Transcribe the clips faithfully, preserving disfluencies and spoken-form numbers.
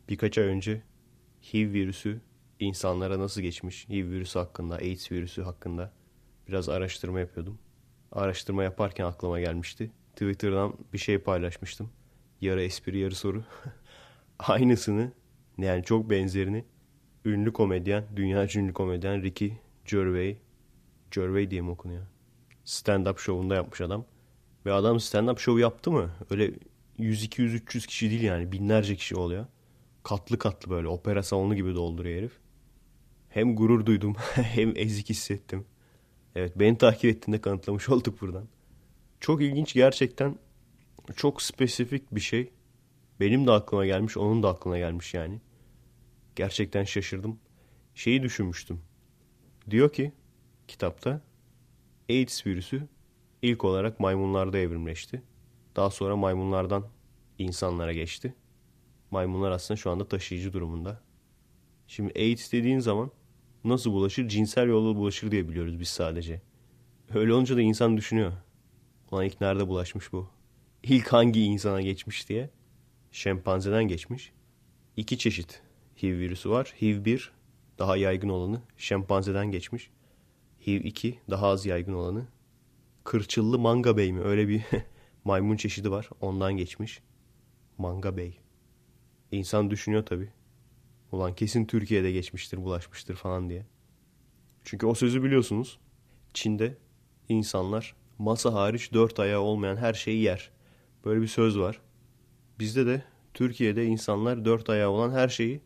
Birkaç ay önce H I V virüsü insanlara nasıl geçmiş, H I V virüsü hakkında, AIDS virüsü hakkında biraz araştırma yapıyordum. Araştırma yaparken aklıma gelmişti. Twitter'dan bir şey paylaşmıştım. Yarı espri, yarı soru. Aynısını, yani çok benzerini ünlü komedyen, dünyaca ünlü komedyen Ricky Gervais, Gervais diye mi okunuyor? Stand-up şovunda yapmış adam. Ve adam stand-up şovu yaptı mı? Öyle yüz iki yüz üç yüz kişi değil yani, binlerce kişi oluyor. Katlı katlı böyle opera salonu gibi dolduruyor herif. Hem gurur duydum hem ezik hissettim. Evet, beni takip ettiğinde kanıtlamış olduk buradan. Çok ilginç gerçekten, çok spesifik bir şey. Benim de aklıma gelmiş, onun da aklına gelmiş yani. Gerçekten şaşırdım. Şeyi düşünmüştüm. Diyor ki kitapta AIDS virüsü ilk olarak maymunlarda evrimleşti. Daha sonra maymunlardan insanlara geçti. Maymunlar aslında şu anda taşıyıcı durumunda. Şimdi AIDS dediğin zaman nasıl bulaşır? Cinsel yolla bulaşır diye biliyoruz biz sadece. Öyle olunca da insan düşünüyor. Ulan ilk nerede bulaşmış bu? İlk hangi insana geçmiş diye. Şempanzeden geçmiş. İki çeşit H I V virüsü var. H I V bir daha yaygın olanı şempanzeden geçmiş. H I V iki daha az yaygın olanı. Kırçıllı manga bey mi? Öyle bir maymun çeşidi var. Ondan geçmiş. Manga bey. İnsan düşünüyor tabii. Ulan kesin Türkiye'de geçmiştir, bulaşmıştır falan diye. Çünkü o sözü biliyorsunuz. Çin'de insanlar masa hariç dört ayağı olmayan her şeyi yer. Böyle bir söz var. Bizde de Türkiye'de insanlar dört ayağı olan her şeyi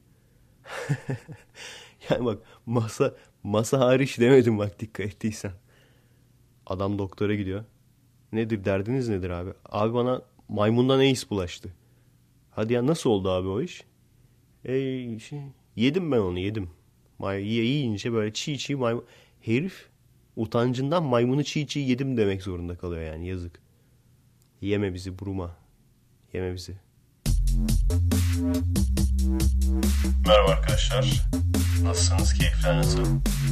yani bak, masa masa hariç demedim, bak dikkat ettiysen. Adam doktora gidiyor. Nedir derdiniz, nedir abi? Abi bana maymundan AIDS bulaştı. Hadi ya, nasıl oldu abi o iş? E, şey, yedim ben onu, yedim. May yiyince böyle çiğ çiğ maymun. Herif utancından maymunu çiğ çiğ yedim demek zorunda kalıyor yani, yazık. Yeme bizi Buruma. Yeme bizi. Merhaba arkadaşlar. Nasılsınız? Keyifler nasıl?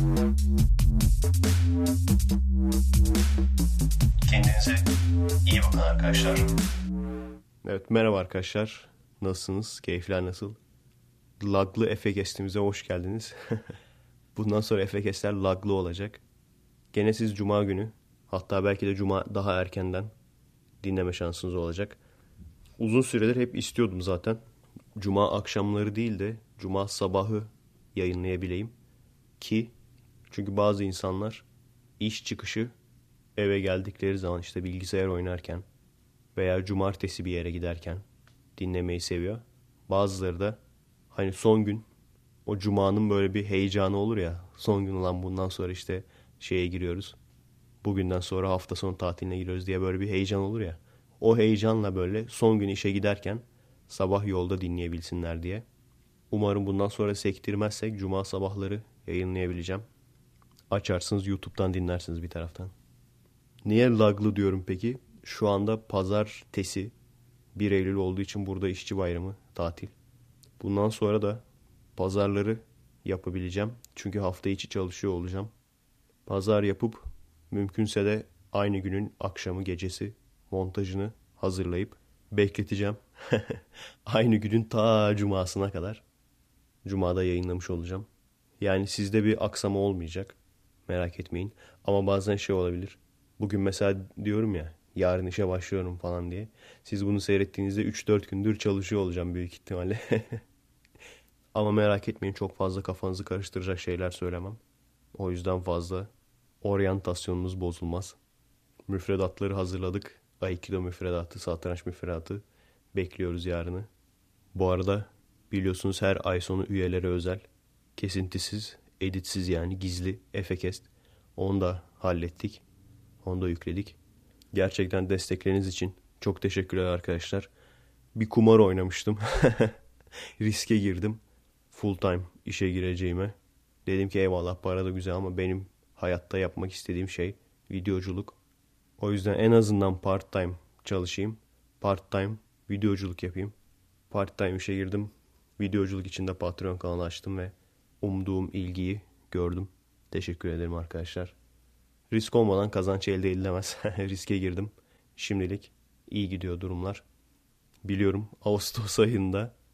Kendinize iyi bakın arkadaşlar. Evet, merhaba arkadaşlar. Nasılsınız? Keyifler nasıl? Laglı Efekest'imize hoş geldiniz. Bundan sonra Efekest'ler laglı olacak. Gene siz Cuma günü, hatta belki de Cuma daha erkenden dinleme şansınız olacak. Uzun süredir hep istiyordum zaten. Cuma akşamları değil de Cuma sabahı yayınlayabileyim. Ki çünkü bazı insanlar iş çıkışı eve geldikleri zaman işte bilgisayar oynarken veya cumartesi bir yere giderken dinlemeyi seviyor. Bazıları da hani son gün, o Cuma'nın böyle bir heyecanı olur ya. Son gün olan, bundan sonra işte şeye giriyoruz. Bugünden sonra hafta sonu tatiline giriyoruz diye böyle bir heyecan olur ya. O heyecanla böyle son gün işe giderken sabah yolda dinleyebilsinler diye. Umarım bundan sonra sektirmezsek Cuma sabahları yayınlayabileceğim. Açarsınız YouTube'dan dinlersiniz bir taraftan. Niye laglı diyorum peki? Şu anda pazartesi bir Eylül olduğu için burada işçi bayramı, tatil. Bundan sonra da pazarları yapabileceğim. Çünkü hafta içi çalışıyor olacağım. Pazar yapıp mümkünse de aynı günün akşamı, gecesi montajını hazırlayıp bekleteceğim. Aynı günün ta cumasına kadar. Cuma'da yayınlamış olacağım. Yani sizde bir aksama olmayacak. Merak etmeyin. Ama bazen şey olabilir. Bugün mesela diyorum ya, yarın işe başlıyorum falan diye. Siz bunu seyrettiğinizde üç dört gündür çalışıyor olacağım büyük ihtimalle. Ama merak etmeyin, çok fazla kafanızı karıştıracak şeyler söylemem. O yüzden fazla oryantasyonunuz bozulmaz. Müfredatları hazırladık. Aikido müfredatı, satranç müfredatı. Bekliyoruz yarını. Bu arada biliyorsunuz her ay sonu üyelere özel, kesintisiz, editsiz yani gizli Efekest. Onu da hallettik. Onu da yükledik. Gerçekten destekleriniz için çok teşekkürler arkadaşlar. Bir kumar oynamıştım. Riske girdim. Full time işe gireceğime. Dedim ki eyvallah, para da güzel ama benim hayatta yapmak istediğim şey videoculuk. O yüzden en azından part time çalışayım. Part time videoculuk yapayım. Part time işe girdim. Videoculuk için de Patreon kanalı açtım ve umduğum ilgiyi gördüm. Teşekkür ederim arkadaşlar. Risk olmadan kazanç elde edilemez. Riske girdim. Şimdilik iyi gidiyor durumlar. Biliyorum Ağustos ayında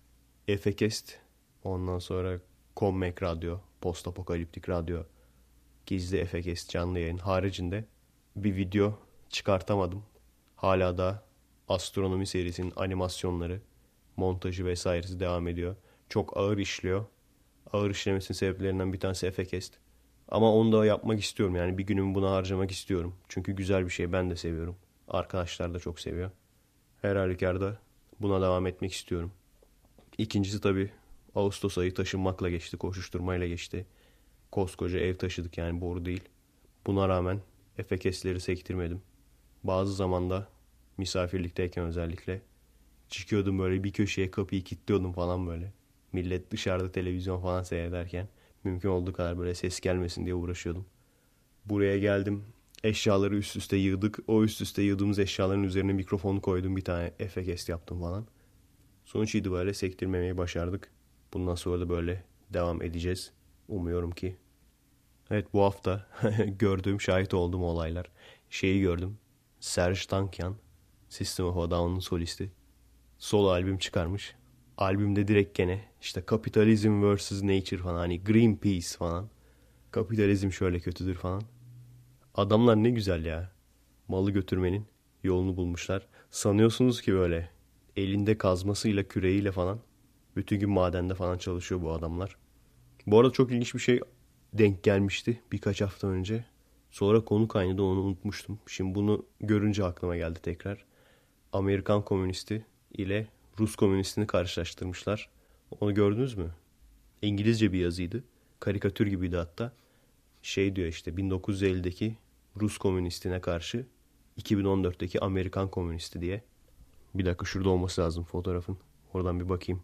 Efekest, ondan sonra Kommek Radyo, Post Apokaliptik Radyo, Gizli Efekest canlı yayın haricinde bir video çıkartamadım. Hala da astronomi serisinin animasyonları, montajı vesairesi devam ediyor. Çok ağır işliyor. Ağır işlemesinin sebeplerinden bir tanesi Efekest. Ama onu da yapmak istiyorum. Yani bir günümü buna harcamak istiyorum. Çünkü güzel bir şey, ben de seviyorum. Arkadaşlar da çok seviyor. Her halükarda buna devam etmek istiyorum. İkincisi tabii Ağustos ayı taşınmakla geçti, koşuşturmayla geçti. Koskoca ev taşıdık, yani boru değil. Buna rağmen Efekestleri sektirmedim. Bazı zamanda misafirlikteyken özellikle çıkıyordum böyle bir köşeye, kapıyı kilitliyordum falan böyle. Millet dışarıda televizyon falan seyrederken mümkün olduğu kadar böyle ses gelmesin diye uğraşıyordum. Buraya geldim. Eşyaları üst üste yığdık. O üst üste yığdığımız eşyaların üzerine mikrofonu koydum. Bir tane Efekest yaptım falan. Sonuç itibariyle sektirmemeyi başardık. Bundan sonra da böyle devam edeceğiz. Umuyorum ki. Evet, bu hafta gördüğüm, şahit olduğum olaylar. Şeyi gördüm. Serj Tankian, System of a Down'un solisti, solo albüm çıkarmış. Albümde direkt gene işte kapitalizm versus nature falan, hani Greenpeace falan. Kapitalizm şöyle kötüdür falan. Adamlar ne güzel ya. Malı götürmenin yolunu bulmuşlar. Sanıyorsunuz ki böyle elinde kazmasıyla, küreğiyle falan bütün gün madende falan çalışıyor bu adamlar. Bu arada çok ilginç bir şey denk gelmişti birkaç hafta önce. Sonra konu kaynadı, onu unutmuştum. Şimdi bunu görünce aklıma geldi tekrar. Amerikan komünisti ile Rus komünistini karşılaştırmışlar. Onu gördünüz mü? İngilizce bir yazıydı. Karikatür gibiydi hatta. Şey diyor işte, bin dokuz yüz ellideki Rus komünistine karşı iki bin on dörtteki Amerikan komünisti diye. Bir dakika, şurada olması lazım fotoğrafın. Oradan bir bakayım.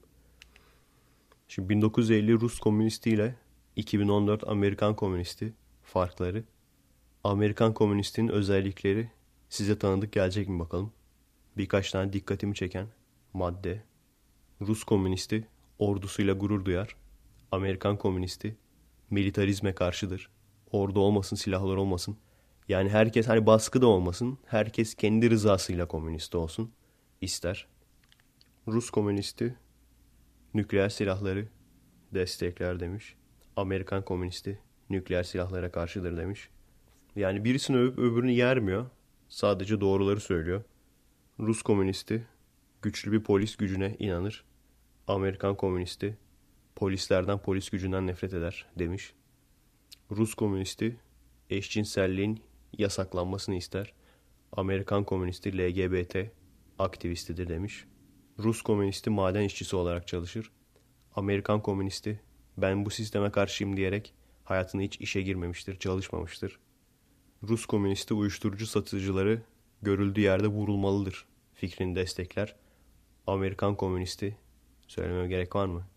Şimdi bin dokuz yüz elli Rus komünisti ile iki bin on dört Amerikan komünisti farkları. Amerikan komünistinin özellikleri size tanıdık gelecek mi bakalım. Birkaç tane dikkatimi çeken madde. Rus komünisti ordusuyla gurur duyar. Amerikan komünisti militarizme karşıdır. Ordu olmasın, silahlar olmasın. Yani herkes, hani baskı da olmasın. Herkes kendi rızasıyla komünist olsun ister. Rus komünisti nükleer silahları destekler demiş. Amerikan komünisti nükleer silahlara karşıdır demiş. Yani birisini övüp öbürünü yermiyor. Sadece doğruları söylüyor. Rus komünisti güçlü bir polis gücüne inanır. Amerikan komünisti polislerden, polis gücünden nefret eder demiş. Rus komünisti eşcinselliğin yasaklanmasını ister. Amerikan komünisti L G B T aktivistidir demiş. Rus komünisti maden işçisi olarak çalışır. Amerikan komünisti ben bu sisteme karşıyım diyerek hayatında hiç işe girmemiştir, çalışmamıştır. Rus komünisti uyuşturucu satıcıları görüldüğü yerde vurulmalıdır fikrini destekler. Amerikan komünisti, söylememe gerek var mı?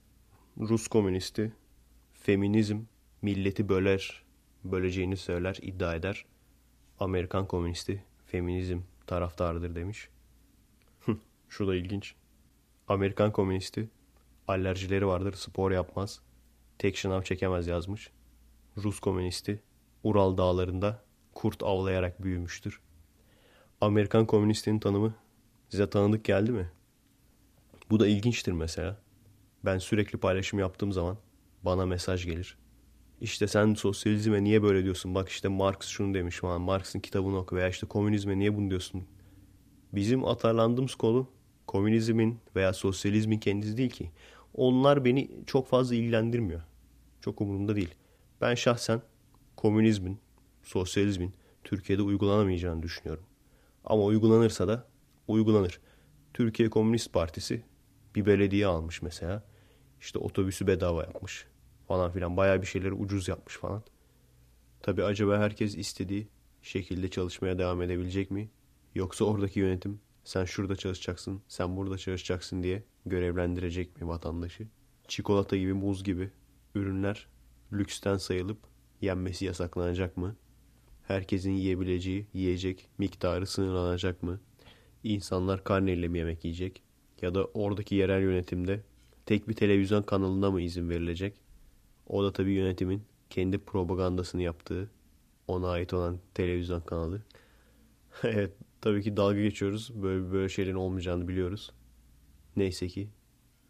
Rus komünisti feminizm milleti böler, böleceğini söyler, iddia eder. Amerikan komünisti feminizm taraftarıdır demiş. Şu da ilginç. Amerikan komünisti alerjileri vardır, spor yapmaz, tek şınav çekemez yazmış. Rus komünisti Ural dağlarında kurt avlayarak büyümüştür. Amerikan komünistinin tanımı size tanıdık geldi mi? Bu da ilginçtir mesela. Ben sürekli paylaşım yaptığım zaman bana mesaj gelir. İşte sen sosyalizme niye böyle diyorsun? Bak işte Marx şunu demiş falan. Marx'ın kitabını oku, veya işte komünizme niye bunu diyorsun? Bizim atarlandığımız konu komünizmin veya sosyalizmin kendisi değil ki. Onlar beni çok fazla ilgilendirmiyor. Çok umurumda değil. Ben şahsen komünizmin, sosyalizmin Türkiye'de uygulanamayacağını düşünüyorum. Ama uygulanırsa da uygulanır. Türkiye Komünist Partisi bir belediye almış mesela. İşte otobüsü bedava yapmış falan filan. Bayağı bir şeyleri ucuz yapmış falan. Tabii acaba herkes istediği şekilde çalışmaya devam edebilecek mi? Yoksa oradaki yönetim sen şurada çalışacaksın, sen burada çalışacaksın diye görevlendirecek mi vatandaşı? Çikolata gibi, muz gibi ürünler lüksten sayılıp yenmesi yasaklanacak mı? Herkesin yiyebileceği yiyecek miktarı sınırlanacak mı? İnsanlar karneyle mi yemek yiyecek? Ya da oradaki yerel yönetimde tek bir televizyon kanalına mı izin verilecek? O da tabii yönetimin kendi propagandasını yaptığı, ona ait olan televizyon kanalı. Evet, tabii ki dalga geçiyoruz. Böyle böyle şeylerin olmayacağını biliyoruz. Neyse ki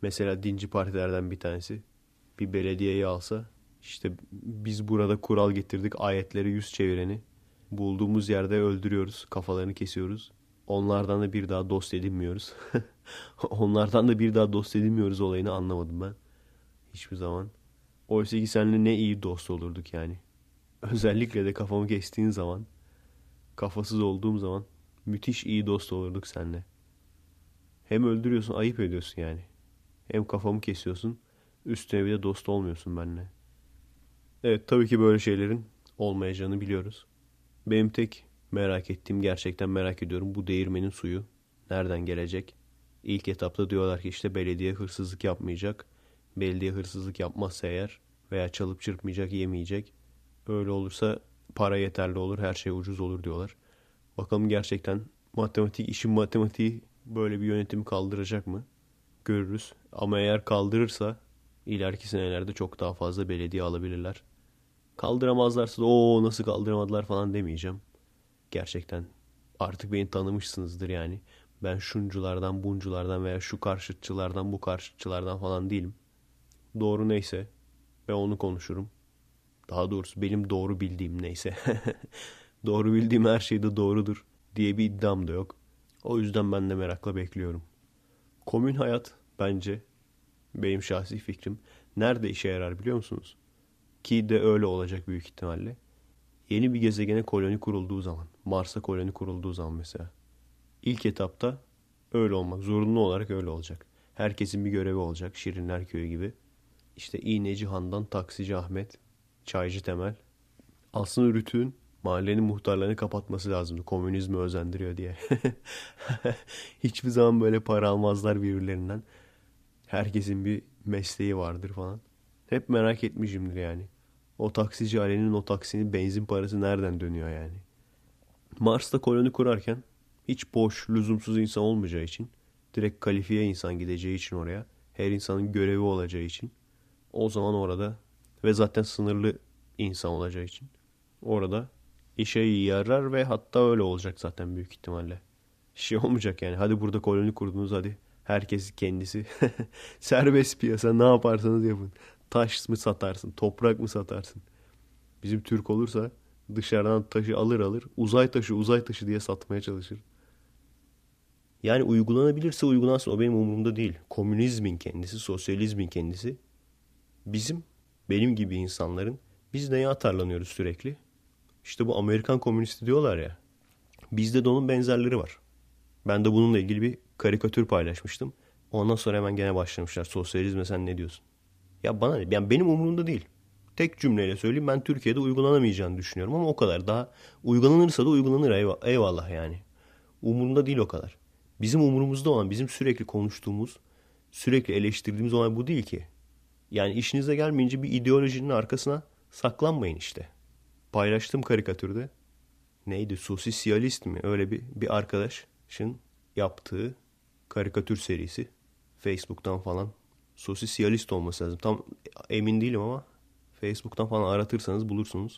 Mesela dinci partilerden bir tanesi bir belediyeyi alsa, işte biz burada kural getirdik, ayetleri yüz çevireni bulduğumuz yerde öldürüyoruz, kafalarını kesiyoruz. Onlardan da bir daha dost edinmiyoruz. Onlardan da bir daha dost edinmiyoruz olayını anlamadım ben. Hiçbir zaman. Oysa ki seninle ne iyi dost olurduk yani. Özellikle de kafamı kestiğin zaman, kafasız olduğum zaman müthiş iyi dost olurduk seninle. Hem öldürüyorsun, ayıp ediyorsun yani. Hem kafamı kesiyorsun, üstüne bir de dost olmuyorsun benimle. Evet, tabii ki böyle şeylerin olmayacağını biliyoruz. Benim tek merak ettiğim, gerçekten merak ediyorum, bu değirmenin suyu nereden gelecek? İlk etapta diyorlar ki işte belediye hırsızlık yapmayacak. Belediye hırsızlık yapmazsa eğer veya çalıp çırpmayacak, yemeyecek. Öyle olursa para yeterli olur, her şey ucuz olur diyorlar. Bakalım gerçekten matematik, işin matematiği böyle bir yönetimi kaldıracak mı? Görürüz. Ama eğer kaldırırsa ileriki senelerde çok daha fazla belediye alabilirler. Kaldıramazlarsa da o nasıl kaldıramadılar falan demeyeceğim. Gerçekten artık beni tanımışsınızdır yani. Ben şunculardan, bunculardan veya şu karşıtçılardan, bu karşıtçılardan falan değilim. Doğru neyse ben onu konuşurum. Daha doğrusu benim doğru bildiğim neyse. Doğru bildiğim her şey de doğrudur diye bir iddiam da yok. O yüzden ben de merakla bekliyorum. Komün hayat bence, benim şahsi fikrim, nerede işe yarar biliyor musunuz? Ki de öyle olacak büyük ihtimalle. Yeni bir gezegene koloni kurulduğu zaman, Mars'a koloni kurulduğu zaman mesela. İlk etapta öyle olmak, zorunlu olarak öyle olacak. Herkesin bir görevi olacak, Şirinler Köyü gibi. İşte İğneci Han'dan Taksici Ahmet, Çaycı Temel. Aslında Rütük'ün mahallenin muhtarlarını kapatması lazımdı. Komünizmi özendiriyor diye. Hiçbir zaman böyle para almazlar birbirlerinden. Herkesin bir mesleği vardır falan. Hep merak etmişimdir yani. O taksici Ali'nin o taksinin benzin parası nereden dönüyor yani? Mars'ta koloni kurarken hiç boş, lüzumsuz insan olmayacağı için, direkt kalifiye insan gideceği için oraya, her insanın görevi olacağı için, o zaman orada ve zaten sınırlı insan olacağı için orada işe yarar ve hatta öyle olacak zaten büyük ihtimalle. Şey olmayacak yani, hadi burada koloni kurdunuz, hadi herkes kendisi serbest piyasa, ne yaparsanız yapın. Taş mı satarsın, toprak mı satarsın? Bizim Türk olursa dışarıdan taşı alır alır, uzay taşı uzay taşı diye satmaya çalışır. Yani uygulanabilirse uygulansın, o benim umurumda değil. Komünizmin kendisi, sosyalizmin kendisi bizim, benim gibi insanların, biz neye atarlanıyoruz sürekli? İşte bu Amerikan komünisti diyorlar ya. Bizde de onun benzerleri var. Ben de bununla ilgili bir karikatür paylaşmıştım. Ondan sonra hemen gene başlamışlar. Sosyalizme sen ne diyorsun? Ya bana ne? Yani benim umurumda değil. Tek cümleyle söyleyeyim, ben Türkiye'de uygulanamayacağını düşünüyorum ama o kadar. Daha uygulanırsa da uygulanır, eyvallah yani. Umurumda değil o kadar. Bizim umurumuzda olan, bizim sürekli konuştuğumuz, sürekli eleştirdiğimiz olay bu değil ki. Yani işinize gelmeyince bir ideolojinin arkasına saklanmayın işte. Paylaştığım karikatürde neydi? Sosisyalist mi? Öyle bir bir arkadaşın yaptığı karikatür serisi. Facebook'tan falan. Sosisyalist olması lazım. Tam emin değilim ama Facebook'tan falan aratırsanız bulursunuz.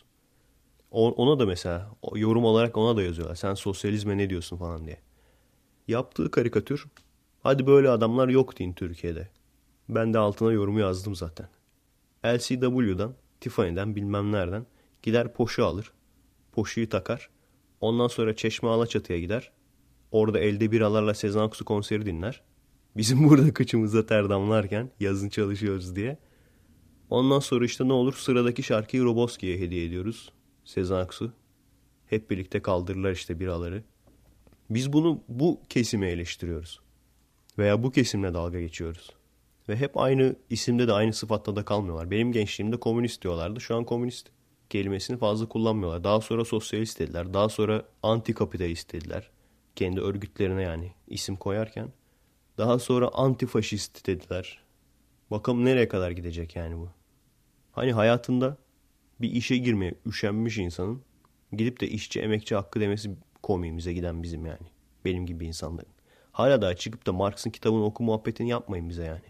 Ona da mesela yorum olarak ona da yazıyorlar. Sen sosyalizme ne diyorsun falan diye. Yaptığı karikatür, hadi böyle adamlar yok deyin Türkiye'de. Ben de altına yorumu yazdım zaten. L C W'dan, Tiffany'den, bilmem nereden gider Porsche alır. Porsche'yi takar. Ondan sonra Çeşme Alaçatı'ya gider. Orada elde biralarla Sezen Aksu konseri dinler. Bizim burada kıçımıza ter damlarken yazın çalışıyoruz diye. Ondan sonra işte ne olur, sıradaki şarkıyı Roboski'ye hediye ediyoruz. Sezen Aksu. Hep birlikte kaldırırlar işte biraları. Biz bunu, bu kesimi eleştiriyoruz. Veya bu kesimle dalga geçiyoruz. Ve hep aynı isimde de aynı sıfatta da kalmıyorlar. Benim gençliğimde komünist diyorlardı. Şu an komünist kelimesini fazla kullanmıyorlar. Daha sonra sosyalist dediler. Daha sonra antikapitalist dediler. Kendi örgütlerine yani isim koyarken. Daha sonra antifaşist dediler. Bakalım nereye kadar gidecek yani bu. Hani hayatında bir işe girmeye üşenmiş insanın gidip de işçi emekçi hakkı demesi komiğimize giden bizim yani. Benim gibi insanların. Hala daha çıkıp da Marx'ın kitabını oku muhabbetini yapmayın bize yani.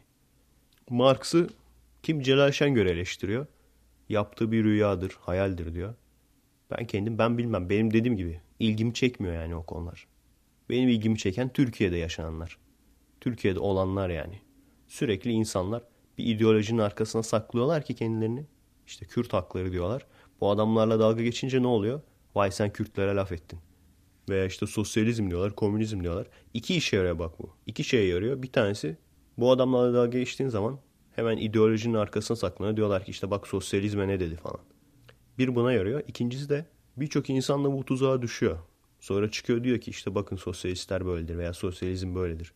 Marx'ı kim Celal Şengör eleştiriyor. Yaptığı bir rüyadır, hayaldir diyor. Ben kendim ben bilmem. Benim dediğim gibi ilgimi çekmiyor yani o konular. Benim ilgimi çeken Türkiye'de yaşananlar. Türkiye'de olanlar yani. Sürekli insanlar bir ideolojinin arkasına saklıyorlar ki kendilerini. İşte Kürt hakları diyorlar. Bu adamlarla dalga geçince ne oluyor? Vay sen Kürtlere laf ettin. Veya işte sosyalizm diyorlar, komünizm diyorlar. İki işe yarıyor bak bu. İki şeye yarıyor. Bir tanesi bu adamlarla dalga geçtiğin zaman hemen ideolojinin arkasına saklanıyor. Diyorlar ki işte bak sosyalizme ne dedi falan. Bir buna yarıyor. İkincisi de birçok insan da bu tuzağa düşüyor. Sonra çıkıyor diyor ki işte bakın sosyalistler böyledir veya sosyalizm böyledir.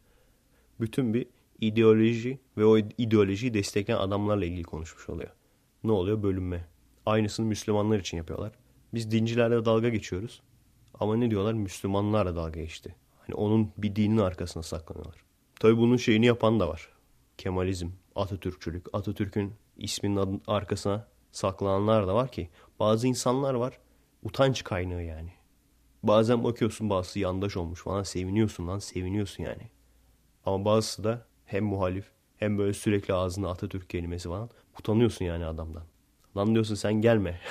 Bütün bir ideoloji ve o ideolojiyi destekleyen adamlarla ilgili konuşmuş oluyor. Ne oluyor? Bölünme. Aynısını Müslümanlar için yapıyorlar. Biz dincilerle dalga geçiyoruz. Ama ne diyorlar? Müslümanlarla dalga geçti. Hani onun bir dinin arkasına saklanıyorlar. Tabii bunun şeyini yapan da var. Kemalizm, Atatürkçülük. Atatürk'ün isminin arkasına saklananlar da var ki bazı insanlar var utanç kaynağı yani. Bazen bakıyorsun bazısı yandaş olmuş falan seviniyorsun lan seviniyorsun yani. Ama bazısı da hem muhalif hem böyle sürekli ağzında Atatürk kelimesi falan utanıyorsun yani adamdan. Lan diyorsun sen gelme.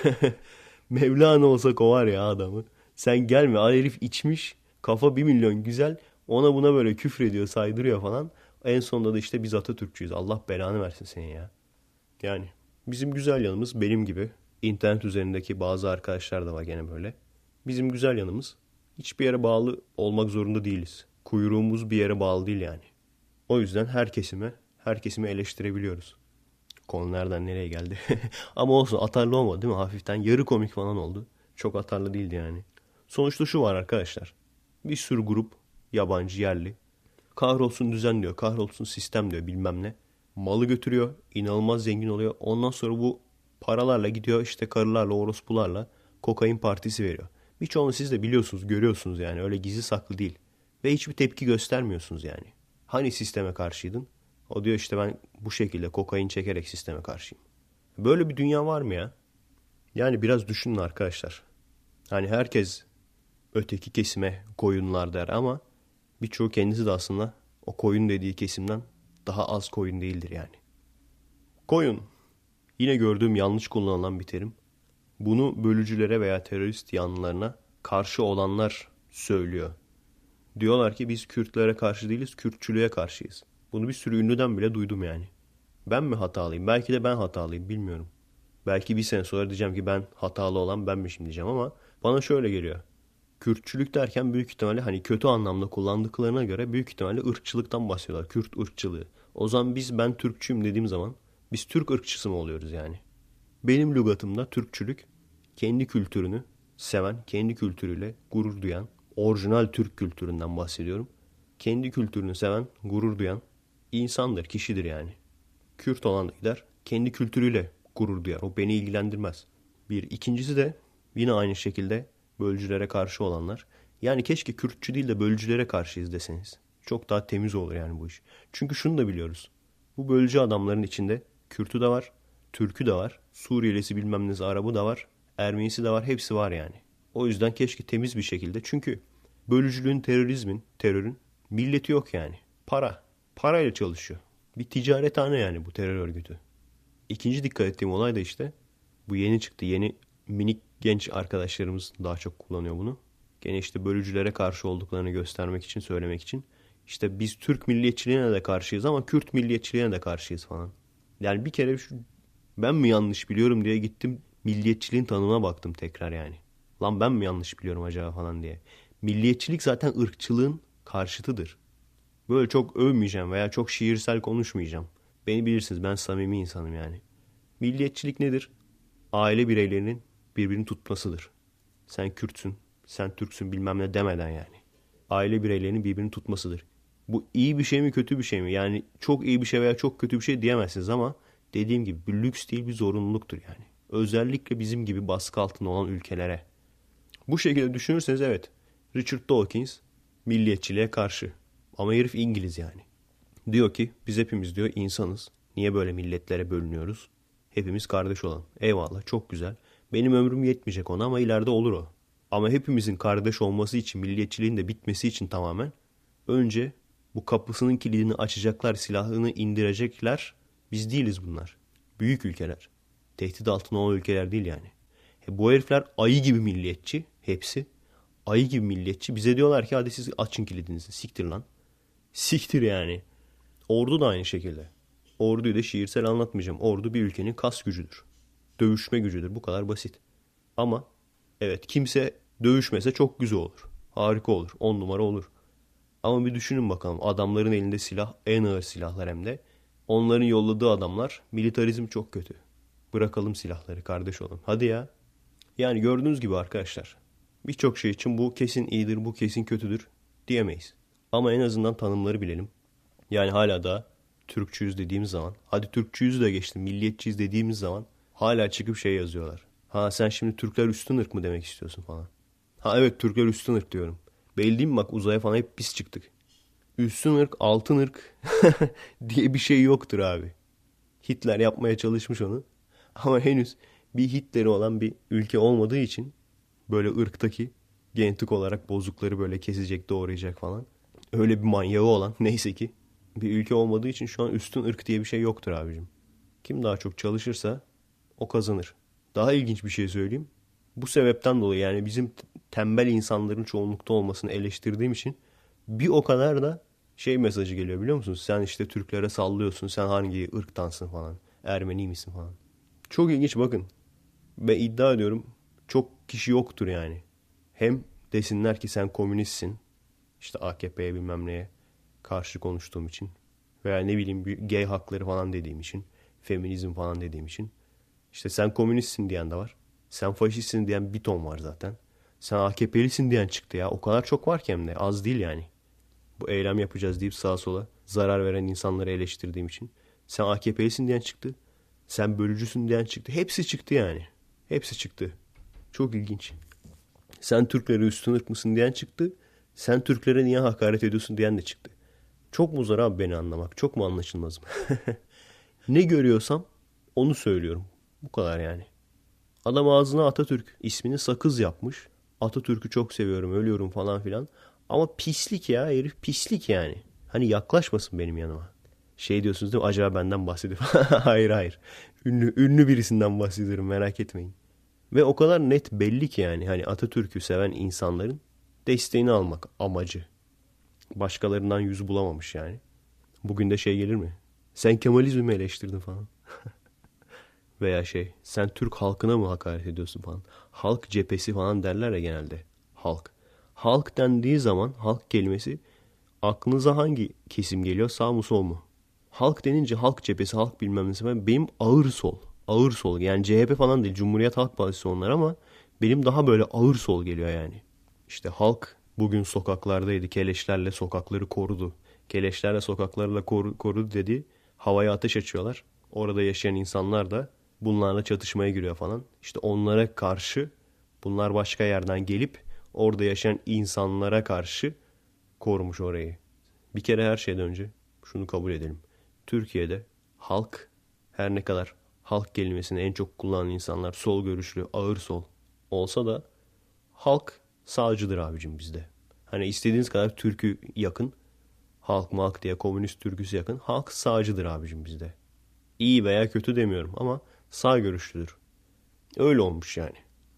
Mevlana olsa kovar ya adamı. Sen gelme. Al herif içmiş. Kafa bir milyon güzel. Ona buna böyle küfrediyor saydırıyor falan. En sonunda da işte biz Atatürkçüyüz. Allah belanı versin seni ya. Yani bizim güzel yanımız benim gibi. İnternet üzerindeki bazı arkadaşlar da var gene böyle. Bizim güzel yanımız hiçbir yere bağlı olmak zorunda değiliz. Kuyruğumuz bir yere bağlı değil yani. O yüzden her kesime, her kesimi eleştirebiliyoruz. Konu nereden nereye geldi. Ama olsun atarlı olmadı değil mi? Hafiften yarı komik falan oldu. Çok atarlı değildi yani. Sonuçta şu var arkadaşlar. Bir sürü grup yabancı yerli. Kahrolsun düzen diyor. Kahrolsun sistem diyor bilmem ne. Malı götürüyor. İnanılmaz zengin oluyor. Ondan sonra bu paralarla gidiyor işte karılarla orospularla kokain partisi veriyor. Birçoğunu siz de biliyorsunuz görüyorsunuz yani. Öyle gizli saklı değil. Ve hiçbir tepki göstermiyorsunuz yani. Hani sisteme karşıydın? O diyor işte ben bu şekilde kokain çekerek sisteme karşıyım. Böyle bir dünya var mı ya? Yani biraz düşünün arkadaşlar. Hani herkes öteki kesime koyunlar der ama birçoğu kendisi de aslında o koyun dediği kesimden daha az koyun değildir yani. Koyun. Yine gördüğüm yanlış kullanılan bir terim. Bunu bölücülere veya terörist yanlılarına karşı olanlar söylüyor. Diyorlar ki biz Kürtlere karşı değiliz, Kürtçülüğe karşıyız. Bunu bir sürü ünlüden bile duydum yani. Ben mi hatalıyım? Belki de ben hatalıyım, bilmiyorum. Belki bir sene sonra diyeceğim ki ben hatalı olan benmişim diyeceğim ama bana şöyle geliyor. Kürtçülük derken büyük ihtimalle hani kötü anlamda kullandıklarına göre büyük ihtimalle ırkçılıktan bahsediyorlar. Kürt ırkçılığı. O zaman biz ben Türkçüyüm dediğim zaman biz Türk ırkçısı mı oluyoruz yani? Benim lügatımda Türkçülük kendi kültürünü seven, kendi kültürüyle gurur duyan, orijinal Türk kültüründen bahsediyorum. Kendi kültürünü seven, gurur duyan insandır, kişidir yani. Kürt olan da gider, kendi kültürüyle gurur duyar. O beni ilgilendirmez. Bir. İkincisi de yine aynı şekilde bölücülere karşı olanlar. Yani keşke Kürtçü değil de bölücülere karşıyız deseniz. Çok daha temiz olur yani bu iş. Çünkü şunu da biliyoruz. Bu bölücü adamların içinde Kürtü de var, Türkü de var, Suriyelisi bilmem nesi Arabı da var, Ermenisi de var, hepsi var yani. O yüzden keşke temiz bir şekilde. Çünkü bölücülüğün, terörizmin, terörün milleti yok yani. Para. Parayla çalışıyor. Bir ticarethane yani bu terör örgütü. İkinci dikkat ettiğim olay da işte bu yeni çıktı. Yeni minik genç arkadaşlarımız daha çok kullanıyor bunu. Gene işte bölücülere karşı olduklarını göstermek için, söylemek için. İşte biz Türk milliyetçiliğine de karşıyız ama Kürt milliyetçiliğine de karşıyız falan. Yani bir kere şu ben mi yanlış biliyorum diye gittim milliyetçiliğin tanımına baktım tekrar yani. Lan ben mi yanlış biliyorum acaba falan diye. Milliyetçilik zaten ırkçılığın karşıtıdır. Böyle çok övmeyeceğim veya çok şiirsel konuşmayacağım. Beni bilirsiniz ben samimi insanım yani. Milliyetçilik nedir? Aile bireylerinin birbirini tutmasıdır. Sen Kürtsün, sen Türksün bilmem ne demeden yani. Aile bireylerinin birbirini tutmasıdır. Bu iyi bir şey mi kötü bir şey mi? Yani çok iyi bir şey veya çok kötü bir şey diyemezsiniz ama dediğim gibi bir lüks değil bir zorunluluktur yani. Özellikle bizim gibi baskı altında olan ülkelere. Bu şekilde düşünürseniz evet Richard Dawkins milliyetçiliğe karşı. Ama herif İngiliz yani. Diyor ki biz hepimiz diyor insanız. Niye böyle milletlere bölünüyoruz? Hepimiz kardeş olalım. Eyvallah çok güzel. Benim ömrüm yetmeyecek ona ama ileride olur o. Ama hepimizin kardeş olması için, milliyetçiliğin de bitmesi için tamamen önce bu kapısının kilidini açacaklar, silahını indirecekler. Biz değiliz bunlar. Büyük ülkeler. Tehdit altında olan ülkeler değil yani. E bu herifler ayı gibi milliyetçi. Hepsi. Ayı gibi milliyetçi. Bize diyorlar ki hadi siz açın kilidinizi. Siktir lan. Siktir yani. Ordu da aynı şekilde. Orduyu da şiirsel anlatmayacağım. Ordu bir ülkenin kas gücüdür. Dövüşme gücüdür. Bu kadar basit. Ama evet, kimse dövüşmese çok güzel olur. Harika olur. On numara olur. Ama bir düşünün bakalım. Adamların elinde silah, en ağır silahlar hem de. Onların yolladığı adamlar, militarizm çok kötü. Bırakalım silahları kardeş oğlum. Hadi ya. Yani gördüğünüz gibi arkadaşlar. Birçok şey için bu kesin iyidir, bu kesin kötüdür diyemeyiz. Ama en azından tanımları bilelim. Yani hala da Türkçüyüz dediğimiz zaman, hadi Türkçüyüz de geçtim, milliyetçiyiz dediğimiz zaman hala çıkıp şey yazıyorlar. Ha sen şimdi Türkler üstün ırk mı demek istiyorsun falan. Ha evet, Türkler üstün ırk diyorum. Belli değil mi, bak uzaya falan hep biz çıktık. Üstün ırk, altın ırk diye bir şey yoktur abi. Hitler yapmaya çalışmış onu. Ama henüz bir Hitler'i olan bir ülke olmadığı için böyle ırktaki genetik olarak bozukları böyle kesecek, doğrayacak falan. Öyle bir manyağı olan neyse ki bir ülke olmadığı için şu an üstün ırk diye bir şey yoktur abicim. Kim daha çok çalışırsa o kazanır. Daha ilginç bir şey söyleyeyim. Bu sebepten dolayı yani bizim tembel insanların çoğunlukta olmasını eleştirdiğim için bir o kadar da şey mesajı geliyor biliyor musunuz? Sen işte Türklere sallıyorsun, sen hangi ırktansın falan. Ermeni misin falan. Çok ilginç bakın. Ben iddia ediyorum çok kişi yoktur yani. Hem desinler ki sen komünistsin. İşte A K P'ye bilmem neye karşı konuştuğum için. Veya ne bileyim gay hakları falan dediğim için. Feminizm falan dediğim için. İşte sen komünistsin diyen de var. Sen faşistsin diyen bir ton var zaten. Sen A K P'lisin diyen çıktı ya. O kadar çok var ki hem de. Az değil yani. Bu eylem yapacağız deyip sağa sola zarar veren insanları eleştirdiğim için. Sen A K P'lisin diyen çıktı. Sen bölücüsün diyen çıktı. Hepsi çıktı yani. Hepsi çıktı. Çok ilginç. Sen Türklere üstün ırk mısın diyen çıktı. Sen Türklere niye hakaret ediyorsun diyen de çıktı. Çok mu zor abi beni anlamak? Çok mu anlaşılmazım? Ne görüyorsam onu söylüyorum. Bu kadar yani. Adam ağzına Atatürk ismini sakız yapmış. Atatürk'ü çok seviyorum, ölüyorum falan filan. Ama pislik ya, herif pislik yani. Hani yaklaşmasın benim yanıma. Şey diyorsunuz değil mi? Acaba benden bahsediyor. Hayır hayır. Ünlü, ünlü birisinden bahsediyorum, merak etmeyin. Ve o kadar net belli ki yani hani Atatürk'ü seven insanların desteğini almak amacı. Başkalarından yüz bulamamış yani. Bugün de şey gelir mi? Sen Kemalizmi mi eleştirdin falan? Veya şey, sen Türk halkına mı hakaret ediyorsun falan. Halk cephesi falan derler ya genelde. Halk. Halk dendiği zaman halk kelimesi aklınıza hangi kesim geliyor? Sağ mı sol mu? Halk denince halk cephesi, halk bilmem nesi falan. Benim ağır sol. Ağır sol. Yani C H P falan değil. Cumhuriyet Halk Partisi onlar ama benim daha böyle ağır sol geliyor yani. İşte halk bugün sokaklardaydı. Keleşlerle sokakları korudu. Keleşlerle sokaklarla koru, korudu dedi. Havaya ateş açıyorlar. Orada yaşayan insanlar da bunlarla çatışmaya giriyor falan. İşte onlara karşı bunlar başka yerden gelip orada yaşayan insanlara karşı korumuş orayı. Bir kere her şeyden önce şunu kabul edelim. Türkiye'de halk, her ne kadar halk kelimesini en çok kullanan insanlar sol görüşlü, ağır sol olsa da halk sağcıdır abicim bizde. Hani istediğiniz kadar Türk'ü yakın, halk malk diye komünist Türk'üsü yakın, halk sağcıdır abicim bizde. İyi veya kötü demiyorum ama sağ görüşlüdür. Öyle olmuş yani.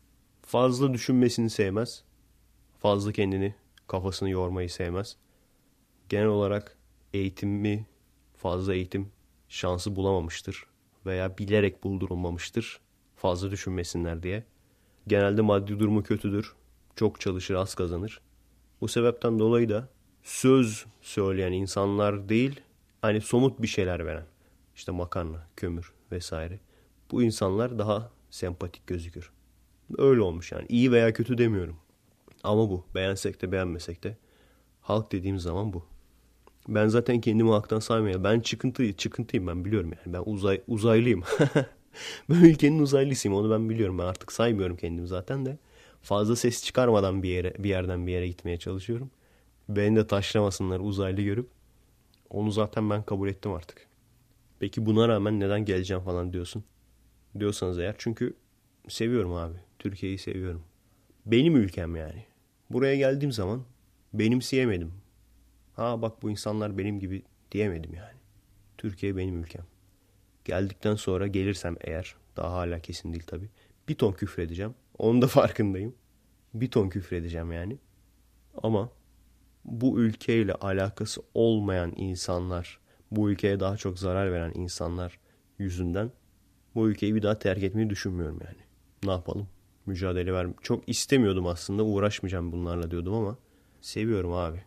Fazla düşünmesini sevmez. Fazla kendini, kafasını yormayı sevmez. Genel olarak eğitimi, fazla eğitim şansı bulamamıştır. Veya bilerek buldurulmamıştır. Fazla düşünmesinler diye. Genelde maddi durumu kötüdür. Çok çalışır, az kazanır. Bu sebepten dolayı da söz söyleyen insanlar değil, hani somut bir şeyler veren. İşte makarna, kömür vesaire. Bu insanlar daha sempatik gözükür. Öyle olmuş yani. İyi veya kötü demiyorum. Ama bu. Beğensek de beğenmesek de. Halk dediğim zaman bu. Ben zaten kendimi halktan saymayayım. Ben çıkıntı, çıkıntıyım ben biliyorum yani. Ben uzay, uzaylıyım. Ben ülkenin uzaylısıyım, onu ben biliyorum. Ben artık saymıyorum kendimi zaten de. Fazla ses çıkarmadan bir yere, bir yerden bir yere gitmeye çalışıyorum. Beni de taşlamasınlar uzaylı görüp. Onu zaten ben kabul ettim artık. Peki buna rağmen neden geleceğim falan diyorsun? Diyorsanız eğer, çünkü seviyorum abi. Türkiye'yi seviyorum. Benim ülkem yani. Buraya geldiğim zaman benimseyemedim. Ha bak bu insanlar benim gibi diyemedim yani. Türkiye benim ülkem. Geldikten sonra gelirsem eğer, daha hala kesin değil tabii, bir ton küfredeceğim. Onun da farkındayım. Bir ton küfredeceğim yani. Ama bu ülkeyle alakası olmayan insanlar bu ülkeye daha çok zarar veren insanlar yüzünden bu ülkeyi bir daha terk etmeyi düşünmüyorum yani. Ne yapalım? Mücadele ver. Çok istemiyordum aslında. Uğraşmayacağım bunlarla diyordum ama seviyorum abi.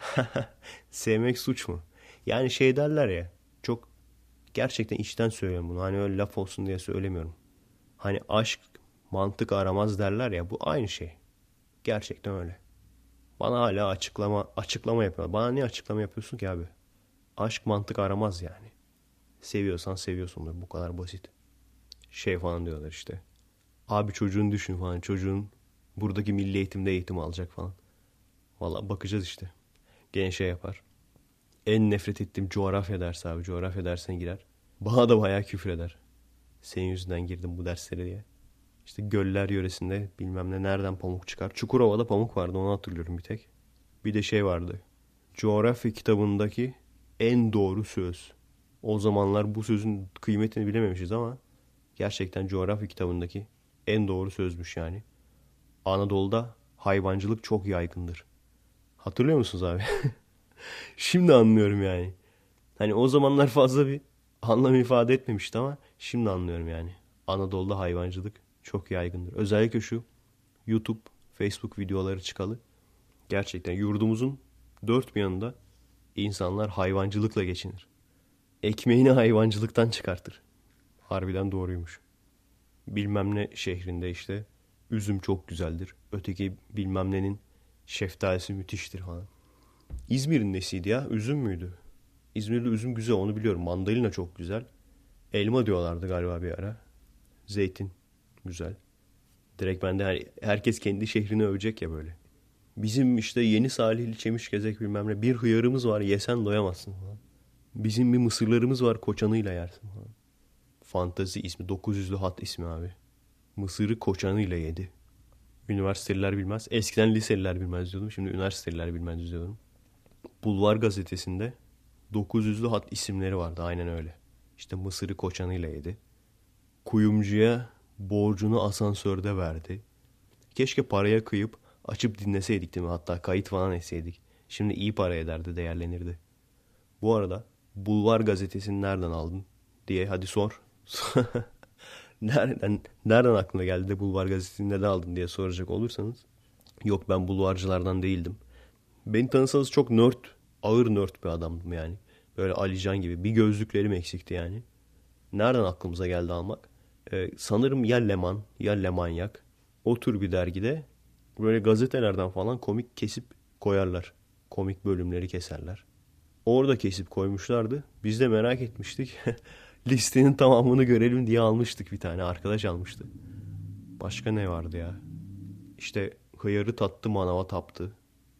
Sevmek suç mu? Yani şey derler ya. Çok gerçekten içten söylüyorum bunu. Hani öyle laf olsun diye söylemiyorum. Hani aşk mantık aramaz derler ya. Bu aynı şey. Gerçekten öyle. Bana hala açıklama açıklama yapıyor. Bana niye açıklama yapıyorsun ki abi? Aşk mantık aramaz yani. Seviyorsan seviyorsundur. Bu kadar basit. Şey falan diyorlar işte. Abi çocuğun düşün falan. Çocuğun buradaki milli eğitimde eğitim alacak falan. Valla bakacağız işte. Gene şey yapar. En nefret ettiğim coğrafya dersi abi. Coğrafya dersine girer. Bana da bayağı küfür eder. Senin yüzünden girdim bu derslere diye. İşte göller yöresinde bilmem ne nereden pamuk çıkar. Çukurova'da pamuk vardı, onu hatırlıyorum bir tek. Bir de şey vardı. Coğrafya kitabındaki en doğru söz. O zamanlar bu sözün kıymetini bilememişiz ama gerçekten coğrafya kitabındaki en doğru sözmüş yani. Anadolu'da hayvancılık çok yaygındır. Hatırlıyor musunuz abi? Şimdi anlıyorum yani. Hani o zamanlar fazla bir anlam ifade etmemişti ama şimdi anlıyorum yani. Anadolu'da hayvancılık çok yaygındır. Özellikle şu YouTube, Facebook videoları çıkalı. Gerçekten yurdumuzun dört bir yanında insanlar hayvancılıkla geçinir. Ekmeğini hayvancılıktan çıkartır. Harbiden doğruymuş. Bilmem ne şehrinde işte üzüm çok güzeldir. Öteki bilmem nenin şeftalisi müthiştir falan. İzmir'in nesiydi ya? Üzüm müydü? İzmir'de üzüm güzel, onu biliyorum. Mandalina çok güzel. Elma diyorlardı galiba bir ara. Zeytin güzel. Direkt bende hani herkes kendi şehrini övecek ya böyle. Bizim işte Yeni Salihli Çemişgezek bilmem ne bir hıyarımız var, yesen doyamazsın falan. Bizim bir mısırlarımız var, koçanıyla yersin falan. Fantazi ismi, dokuz yüzlü hat ismi abi. Mısırı koçanıyla yedi. Üniversiteliler bilmez. Eskiden liseliler bilmez diyordum. Şimdi üniversiteliler bilmez diyorum. Bulvar gazetesinde dokuz yüzlü hat isimleri vardı. Aynen öyle. İşte Mısır'ı koçanıyla yedi. Kuyumcuya borcunu asansörde verdi. Keşke paraya kıyıp açıp dinleseydik değil mi? Hatta kayıt falan etseydik. Şimdi iyi para ederdi, değerlenirdi. Bu arada Bulvar gazetesini nereden aldın diye hadi sor. Nereden, nereden aklına geldi de Bulvar gazetesini neden aldın diye soracak olursanız. Yok, ben bulvarcılardan değildim. Beni tanısanız çok nerd, ağır nerd bir adamdım yani. Böyle Alican gibi. Bir gözlüklerim eksikti yani. Nereden aklımıza geldi almak? Ee, sanırım ya Leman ya Lemanyak. O tür bir dergide böyle gazetelerden falan komik kesip koyarlar. Komik bölümleri keserler. Orada kesip koymuşlardı. Biz de merak etmiştik. Listenin tamamını görelim diye almıştık bir tane. Arkadaş almıştı. Başka ne vardı ya? İşte hıyarı tattı, manava taptı.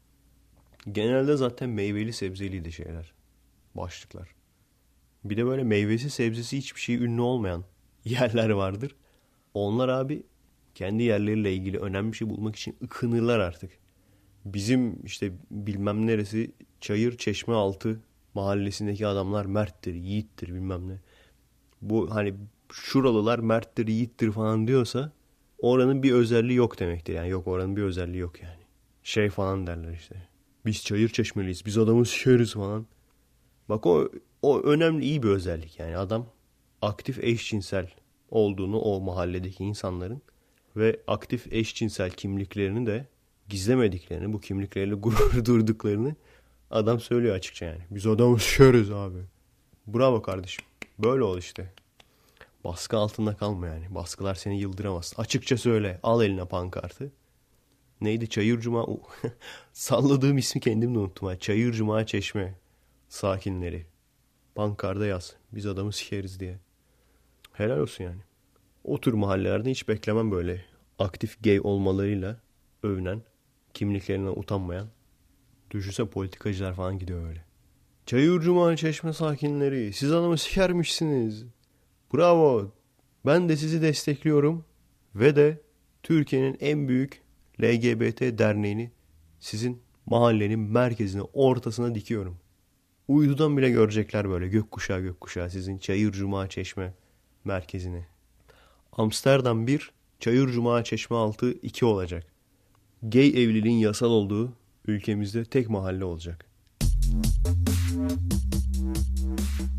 Genelde zaten meyveli sebzeliydi şeyler. Başlıklar. Bir de böyle meyvesi sebzesi hiçbir şey ünlü olmayan yerler vardır. Onlar abi kendi yerleriyle ilgili önemli bir şey bulmak için ıkınırlar artık. Bizim işte bilmem neresi Çayır Çeşmealtı mahallesindeki adamlar merttir, yiğittir bilmem ne. Bu hani şuralılar merttir, yiğittir falan diyorsa oranın bir özelliği yok demektir. Yani yok, oranın bir özelliği yok yani. Şey falan derler işte. Biz Çayır Çeşmeliyiz, biz adamı sikeriz falan. Bak o, o önemli, iyi bir özellik yani. Adam aktif eşcinsel olduğunu o mahalledeki insanların ve aktif eşcinsel kimliklerini de gizlemediklerini, bu kimlikleriyle gurur durduklarını adam söylüyor açıkça yani. Biz adamı sikeriz abi. Bravo kardeşim. Böyle ol işte. Baskı altında kalma yani. Baskılar seni yıldıramaz. Açıkça söyle. Al eline pankartı. Neydi? Çayır Cuma... Salladığım ismi kendim de unuttum. Ha. Çayır Cuma Çeşme sakinleri. Pankarda yaz. Biz adamı sikeriz diye. Helal olsun yani. O tür mahallelerde hiç beklemem böyle aktif gay olmalarıyla övünen, kimliklerinden utanmayan. Düşünsene politikacılar falan gidiyor öyle. Çayır Cuma Çeşme sakinleri, siz adamı sikermişsiniz. Bravo. Ben de sizi destekliyorum. Ve de Türkiye'nin en büyük L G B T derneğini sizin mahallenin merkezine, ortasına dikiyorum. Uydudan bile görecekler böyle gökkuşağı gökkuşağı sizin Çayır Cuma Çeşme merkezini. Amsterdam bir, Çayır Cuma Çeşmealtı iki olacak. Gay evliliğin yasal olduğu ülkemizde tek mahalle olacak.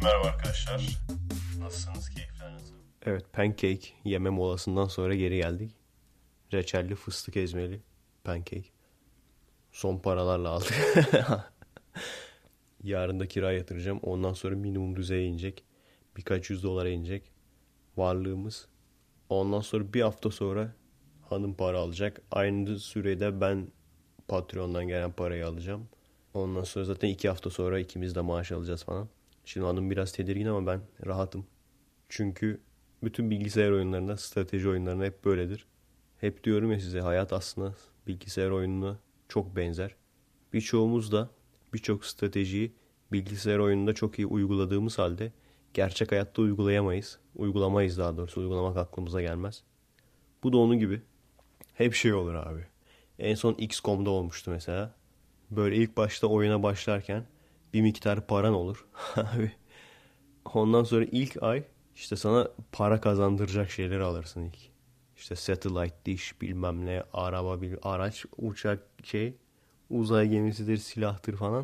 Merhaba arkadaşlar. Nasılsınız? Keyifler nasıl? Evet, pancake yeme molasından sonra geri geldik. Reçelli fıstık ezmeli pancake. Son paralarla aldık. Yarın da kira yatıracağım. Ondan sonra minimum düzeye inecek. Birkaç yüz dolara inecek varlığımız. Ondan sonra bir hafta sonra hanım para alacak. Aynı sürede ben Patreon'dan gelen parayı alacağım. Ondan sonra zaten iki hafta sonra ikimiz de maaş alacağız falan. Şimdi hanım biraz tedirgin ama ben rahatım. Çünkü bütün bilgisayar oyunlarında, strateji oyunlarında hep böyledir. Hep diyorum ya size, hayat aslında bilgisayar oyununa çok benzer. Birçoğumuz da birçok stratejiyi bilgisayar oyununda çok iyi uyguladığımız halde gerçek hayatta uygulayamayız. Uygulamayız daha doğrusu. Uygulamak aklımıza gelmez. Bu da onun gibi. Hep şey olur abi. En son X COM'da olmuştu mesela. Böyle ilk başta oyuna başlarken bir miktar paran olur. Abi. Ondan sonra ilk ay işte sana para kazandıracak şeyleri alırsın ilk. İşte satellite dish, bilmem ne, araba, bil, araç, uçak, şey, uzay gemisidir, silahtır falan.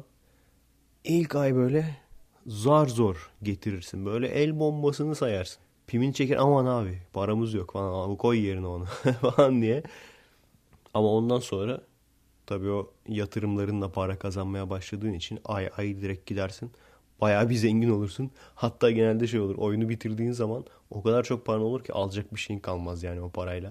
İlk ay böyle zar zor getirirsin. Böyle el bombasını sayarsın. Pimin çeker, aman abi paramız yok falan, abi koy yerine onu falan diye. Ama ondan sonra tabii o yatırımlarınla para kazanmaya başladığın için ay ay direkt gidersin. Bayağı bir zengin olursun. Hatta genelde şey olur, oyunu bitirdiğin zaman o kadar çok paran olur ki alacak bir şeyin kalmaz yani o parayla.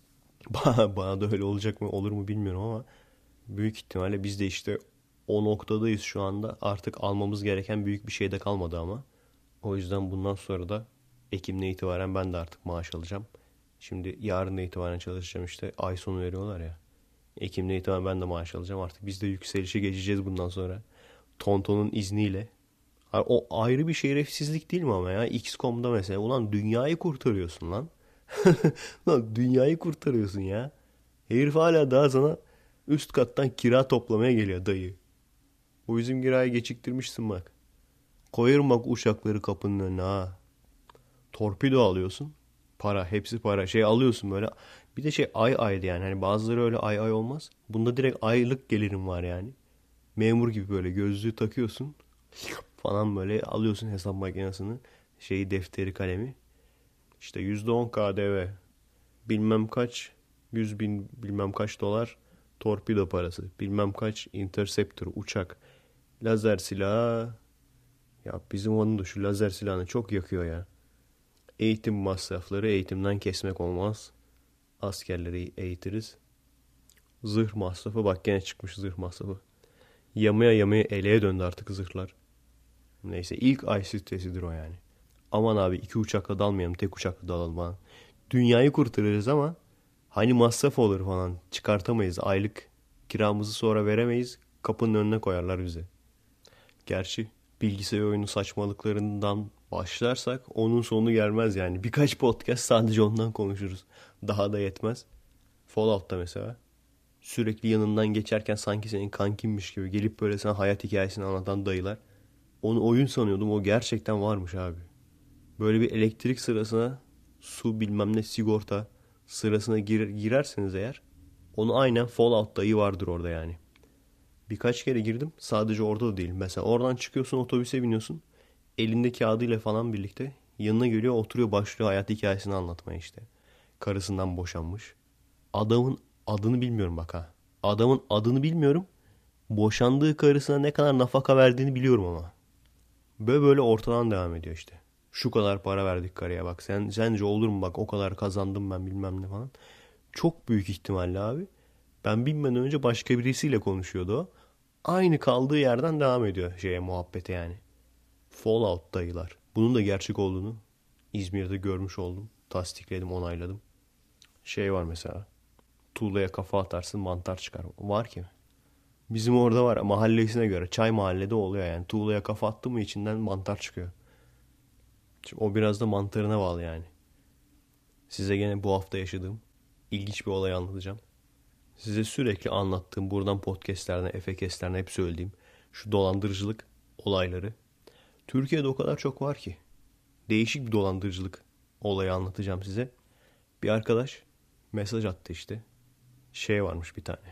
Bana, bana da öyle olacak mı olur mu bilmiyorum ama büyük ihtimalle biz de işte o noktadayız şu anda. Artık almamız gereken büyük bir şey de kalmadı ama. O yüzden bundan sonra da Ekim'den itibaren ben de artık maaş alacağım. Şimdi yarın itibaren çalışacağım, işte ay sonu veriyorlar ya. Ekim'den itibaren ben de maaş alacağım. Artık biz de yükselişe geçeceğiz bundan sonra. Tonton'un izniyle. O ayrı bir şerefsizlik değil mi ama ya? X COM'da mesela. Ulan dünyayı kurtarıyorsun lan. Lan dünyayı kurtarıyorsun ya. Herif hala daha sana üst kattan kira toplamaya geliyor dayı. O bizim kirayı geciktirmişsin bak. Koyarım bak uçakları kapının önüne ha. Torpido alıyorsun. Para, hepsi para. Şey alıyorsun böyle. Bir de şey ay aydı yani. Hani bazıları öyle ay ay olmaz. Bunda direkt aylık gelirim var yani. Memur gibi böyle gözlüğü takıyorsun. Falan böyle alıyorsun hesap makinesini. Şeyi, defteri, kalemi. İşte yüzde on K D V. Bilmem kaç. Yüz bin bilmem kaç dolar. Torpido parası. Bilmem kaç interceptor, uçak. Lazer silahı. Ya bizim onun da şu lazer silahını çok yakıyor ya. Eğitim masrafları, eğitimden kesmek olmaz. Askerleri eğitiriz. Zırh masrafı, bak gene çıkmış zırh masrafı. Yamaya yamaya eleğe döndü artık zırhlar. Neyse, ilk ay stresidir o yani. Aman abi iki uçakla dalmayalım, tek uçakla dalalım falan. Dünyayı kurtarırız ama hani masraf olur falan, çıkartamayız. Aylık kiramızı sonra veremeyiz. Kapının önüne koyarlar bize. Gerçi bilgisayar oyunu saçmalıklarından başlarsak onun sonu gelmez yani. Birkaç podcast sadece ondan konuşuruz. Daha da yetmez. Fallout'ta mesela sürekli yanından geçerken sanki senin kankinmiş gibi gelip böyle sana hayat hikayesini anlatan dayılar. Onu oyun sanıyordum, o gerçekten varmış abi. Böyle bir elektrik sırasına, su bilmem ne sigorta sırasına gir, girerseniz eğer, onu aynen Fallout dayı vardır orada yani. Birkaç kere girdim. Sadece orada da değil. Mesela oradan çıkıyorsun, otobüse biniyorsun. Elinde kağıdıyla falan birlikte yanına geliyor, oturuyor, başlıyor hayat hikayesini anlatmaya işte. Karısından boşanmış. Adamın adını bilmiyorum bak ha. Adamın adını bilmiyorum. Boşandığı karısına ne kadar nafaka verdiğini biliyorum ama. Böyle böyle ortadan devam ediyor işte. Şu kadar para verdik karıya bak. Sen, sence olur mu bak, o kadar kazandım ben bilmem ne falan. Çok büyük ihtimalle abi. Ben bilmeden önce başka birisiyle konuşuyordu o. Aynı kaldığı yerden devam ediyor şeye, muhabbete yani. Fallout dayılar. Bunun da gerçek olduğunu İzmir'de görmüş oldum. Tasdikledim, onayladım. Şey var mesela. Tuğlaya kafa atarsın, mantar çıkar. Var ki. Bizim orada var, mahallesine göre. Çay mahallede oluyor yani. Tuğlaya kafa attı mı içinden mantar çıkıyor. Şimdi o biraz da mantarına bağlı yani. Size gene bu hafta yaşadığım ilginç bir olay anlatacağım. Size sürekli anlattığım, buradan podcastlerden, F K S'lerden hep söylediğim şu dolandırıcılık olayları. Türkiye'de o kadar çok var ki. Değişik bir dolandırıcılık olayı anlatacağım size. Bir arkadaş mesaj attı işte. Şey varmış bir tane.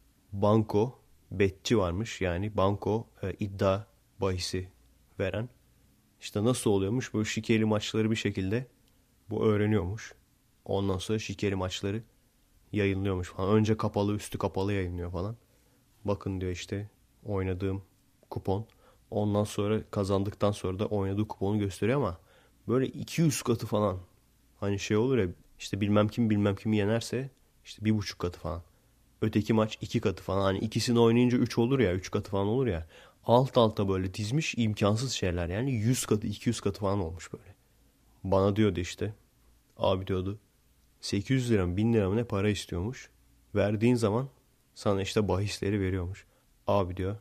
Banko betçi varmış, yani banko e, iddia bahisi veren. İşte nasıl oluyormuş? Böyle şikeli maçları bir şekilde bu öğreniyormuş. Ondan sonra şikeli maçları yayınlıyormuş falan. Önce kapalı, üstü kapalı yayınlıyor falan. Bakın diyor işte oynadığım kupon. Ondan sonra kazandıktan sonra da oynadığı kuponu gösteriyor ama böyle iki yüz katı falan. Hani şey olur ya işte bilmem kim bilmem kimi yenerse işte bir buçuk katı falan. Öteki maç iki katı falan. Hani ikisini oynayınca üç olur ya, üç katı falan olur ya. Alt alta böyle dizmiş imkansız şeyler yani yüz katı iki yüz katı falan olmuş böyle. Bana diyordu işte abi diyordu sekiz yüz lira mı bin lira mı ne para istiyormuş. Verdiğin zaman sana işte bahisleri veriyormuş. Abi diyor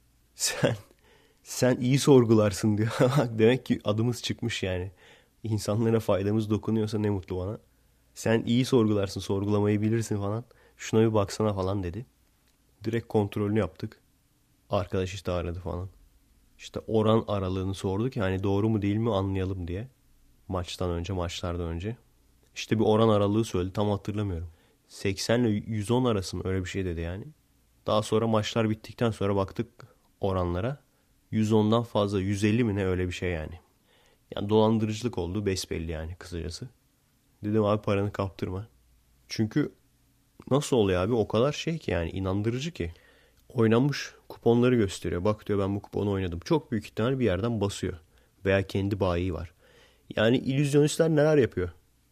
sen sen iyi sorgularsın diyor. Demek ki adımız çıkmış yani. İnsanlara faydamız dokunuyorsa ne mutlu bana. Sen iyi sorgularsın, sorgulamayı bilirsin falan. Şuna bir baksana falan dedi. Direkt kontrolünü yaptık. Arkadaş işte aradı falan. İşte oran aralığını sorduk yani doğru mu değil mi anlayalım diye. Maçtan önce, maçlardan önce. İşte bir oran aralığı söyledi tam hatırlamıyorum. seksen ile yüz on arası mı öyle bir şey dedi yani. Daha sonra maçlar bittikten sonra baktık oranlara. yüz ondan fazla yüz elli mi ne öyle bir şey yani. Yani dolandırıcılık olduğu besbelli yani kısacası. Dedim abi paranı kaptırma. Çünkü nasıl oluyor abi o kadar şey ki yani inandırıcı ki. Oynanmış kuponları gösteriyor. Bak diyor ben bu kuponu oynadım. Çok büyük ihtimal bir yerden basıyor. Veya kendi bayi var. Yani illüzyonistler neler yapıyor?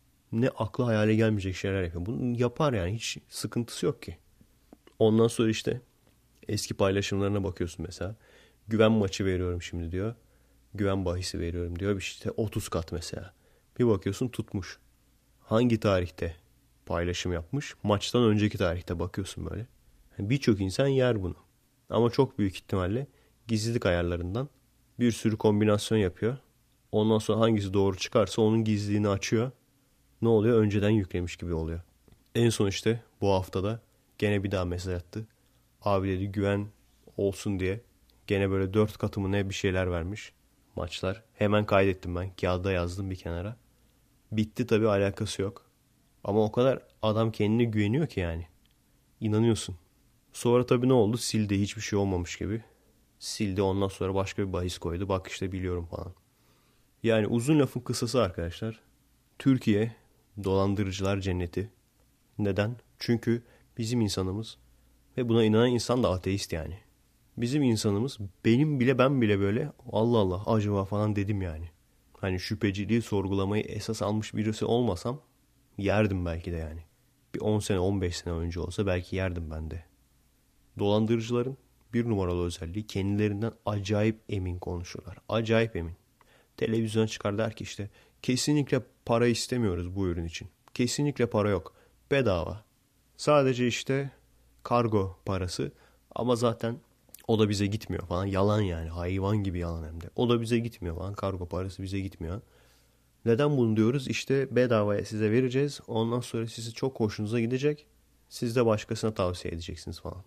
Ne aklı hayale gelmeyecek şeyler yapıyor. Bunu yapar yani hiç sıkıntısı yok ki. Ondan sonra işte eski paylaşımlarına bakıyorsun mesela. Güven maçı veriyorum şimdi diyor. Güven bahisi veriyorum diyor. İşte otuz kat mesela. Bir bakıyorsun tutmuş. Hangi tarihte paylaşım yapmış? Maçtan önceki tarihte bakıyorsun böyle. Yani birçok insan yer bunu. Ama çok büyük ihtimalle gizlilik ayarlarından bir sürü kombinasyon yapıyor. Ondan sonra hangisi doğru çıkarsa onun gizliliğini açıyor. Ne oluyor? Önceden yüklemiş gibi oluyor. En son işte bu haftada gene bir daha mesaj attı. Abi dedi güven olsun diye gene böyle dört katı mı ne bir şeyler vermiş maçlar. Hemen kaydettim ben. Kağıda yazdım bir kenara. Bitti tabii alakası yok. Ama o kadar adam kendine güveniyor ki yani. İnanıyorsun. Sonra tabii ne oldu? Sildi hiçbir şey olmamış gibi. Sildi ondan sonra başka bir bahis koydu. Bak işte biliyorum falan. Yani uzun lafın kısası arkadaşlar. Türkiye dolandırıcılar cenneti. Neden? Çünkü bizim insanımız ve buna inanan insan da ateist yani. Bizim insanımız benim bile ben bile böyle Allah Allah acaba falan dedim yani. Hani şüpheciliği sorgulamayı esas almış birisi olmasam yerdim belki de yani. Bir on sene on beş sene önce olsa belki yerdim ben de. Dolandırıcıların bir numaralı özelliği kendilerinden acayip emin konuşurlar. Acayip emin. Televizyona çıkar der ki işte kesinlikle para istemiyoruz bu ürün için. Kesinlikle para yok. Bedava. Sadece işte kargo parası ama zaten o da bize gitmiyor falan. Yalan yani hayvan gibi yalan hem de. O da bize gitmiyor falan. Kargo parası bize gitmiyor. Neden bunu diyoruz? İşte bedavaya size vereceğiz. Ondan sonra sizi çok hoşunuza gidecek. Siz de başkasına tavsiye edeceksiniz falan.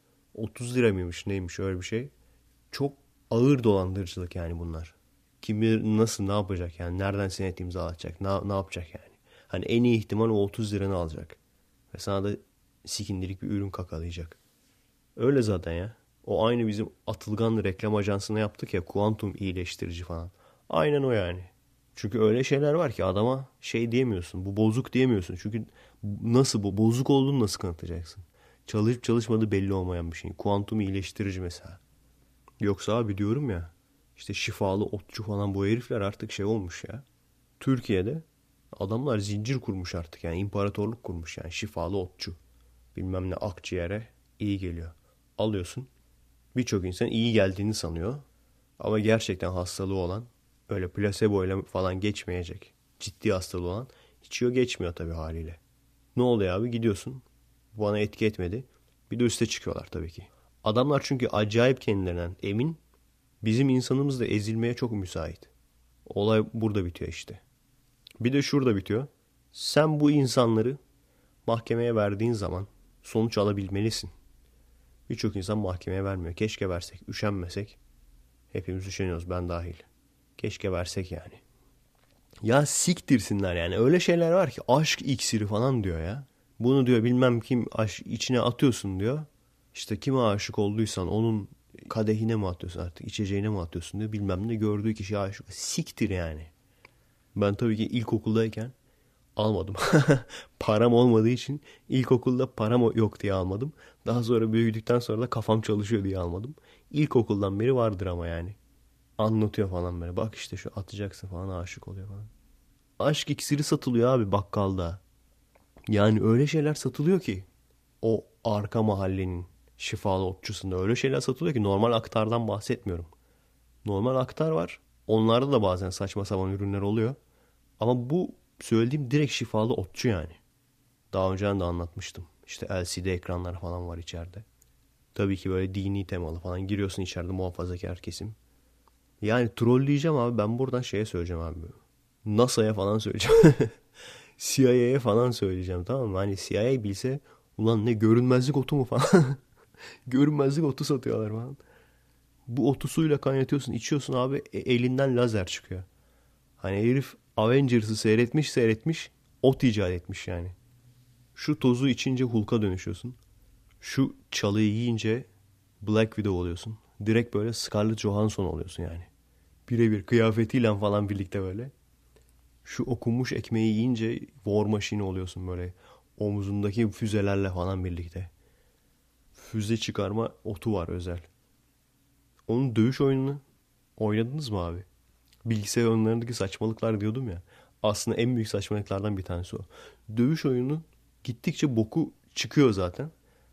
otuz lira mıymış neymiş öyle bir şey. Çok ağır dolandırıcılık yani bunlar. Kim bilir nasıl ne yapacak yani. Nereden senet imzalatacak. Ne, ne yapacak yani. Hani en iyi ihtimal o otuz liranı alacak. Ve sana da sikindirik bir ürün kakalayacak. Öyle zaten ya. O aynı bizim Atılgan reklam ajansına yaptık ya. Kuantum iyileştirici falan. Aynen o yani. Çünkü öyle şeyler var ki adama şey diyemiyorsun. Bu bozuk diyemiyorsun. Çünkü nasıl bu? Bozuk olduğunu nasıl kanıtlayacaksın? Çalışıp çalışmadığı belli olmayan bir şey. Kuantum iyileştirici mesela. Yoksa abi diyorum ya. İşte şifalı otçu falan bu herifler artık şey olmuş ya. Türkiye'de adamlar zincir kurmuş artık yani imparatorluk kurmuş yani şifalı otçu. Bilmem ne akciğere iyi geliyor. Alıyorsun. Birçok insan iyi geldiğini sanıyor. Ama gerçekten hastalığı olan öyle plasebo ile falan geçmeyecek. Ciddi hastalığı olan içiyor geçmiyor tabii haliyle. Ne oluyor abi gidiyorsun. Bana etki etmedi. Bir de üste çıkıyorlar tabii ki. Adamlar çünkü acayip kendilerinden emin. Bizim insanımız da ezilmeye çok müsait. Olay burada bitiyor işte. Bir de şurada bitiyor. Sen bu insanları mahkemeye verdiğin zaman sonuç alabilmelisin. Birçok insan mahkemeye vermiyor. Keşke versek, üşenmesek. Hepimiz üşeniyoruz ben dahil. Keşke versek yani. Ya siktirsinler yani. Öyle şeyler var ki aşk iksiri falan diyor ya. Bunu diyor bilmem kim aşk içine atıyorsun diyor. İşte kime aşık olduysan onun kadehine mi atıyorsun artık, içeceğine mi atıyorsun diyor. Bilmem ne, gördüğü kişi aşık. Siktir yani. Ben tabii ki ilkokuldayken almadım. Param olmadığı için ilkokulda param yok diye almadım. Daha sonra büyüdükten sonra da kafam çalışıyor diye almadım. İlkokuldan beri vardır ama yani. Anlatıyor falan böyle. Bak işte şu atacaksın falan, aşık oluyor falan. Aşk iksiri satılıyor abi bakkalda. Yani öyle şeyler satılıyor ki. O arka mahallenin şifalı otçusunda öyle şeyler satılıyor ki, normal aktardan bahsetmiyorum. Normal aktar var. Onlarda da bazen saçma sapan ürünler oluyor. Ama bu söylediğim direkt şifalı otçu yani. Daha önceden de anlatmıştım. İşte L C D ekranlar falan var içeride. Tabii ki böyle dini temalı falan. Giriyorsun içeride, muhafazakar kesim. Yani trolleyeceğim abi. Ben buradan şeye söyleyeceğim abi. NASA'ya falan söyleyeceğim. C I A'ya falan söyleyeceğim, tamam mı? Hani C I A bilse, ulan ne görünmezlik otu mu falan. Görünmezlik otu satıyorlar falan. Bu otu suyla kaynatıyorsun, içiyorsun abi, e, elinden lazer çıkıyor. Hani herif Avengers'ı seyretmiş seyretmiş ot icat etmiş yani. Şu tozu içince Hulk'a dönüşüyorsun. Şu çalıyı yiyince Black Widow oluyorsun. Direkt böyle Scarlett Johansson oluyorsun yani. Birebir kıyafetiyle falan birlikte böyle. Şu okunmuş ekmeği yiyince War Machine oluyorsun böyle. Omuzundaki füzelerle falan birlikte. Füze çıkarma otu var özel. Onun dövüş oyununu oynadınız mı abi? Bilgisayar oyunlarındaki saçmalıklar diyordum ya. Aslında en büyük saçmalıklardan bir tanesi o. Dövüş oyunu gittikçe boku çıkıyor zaten.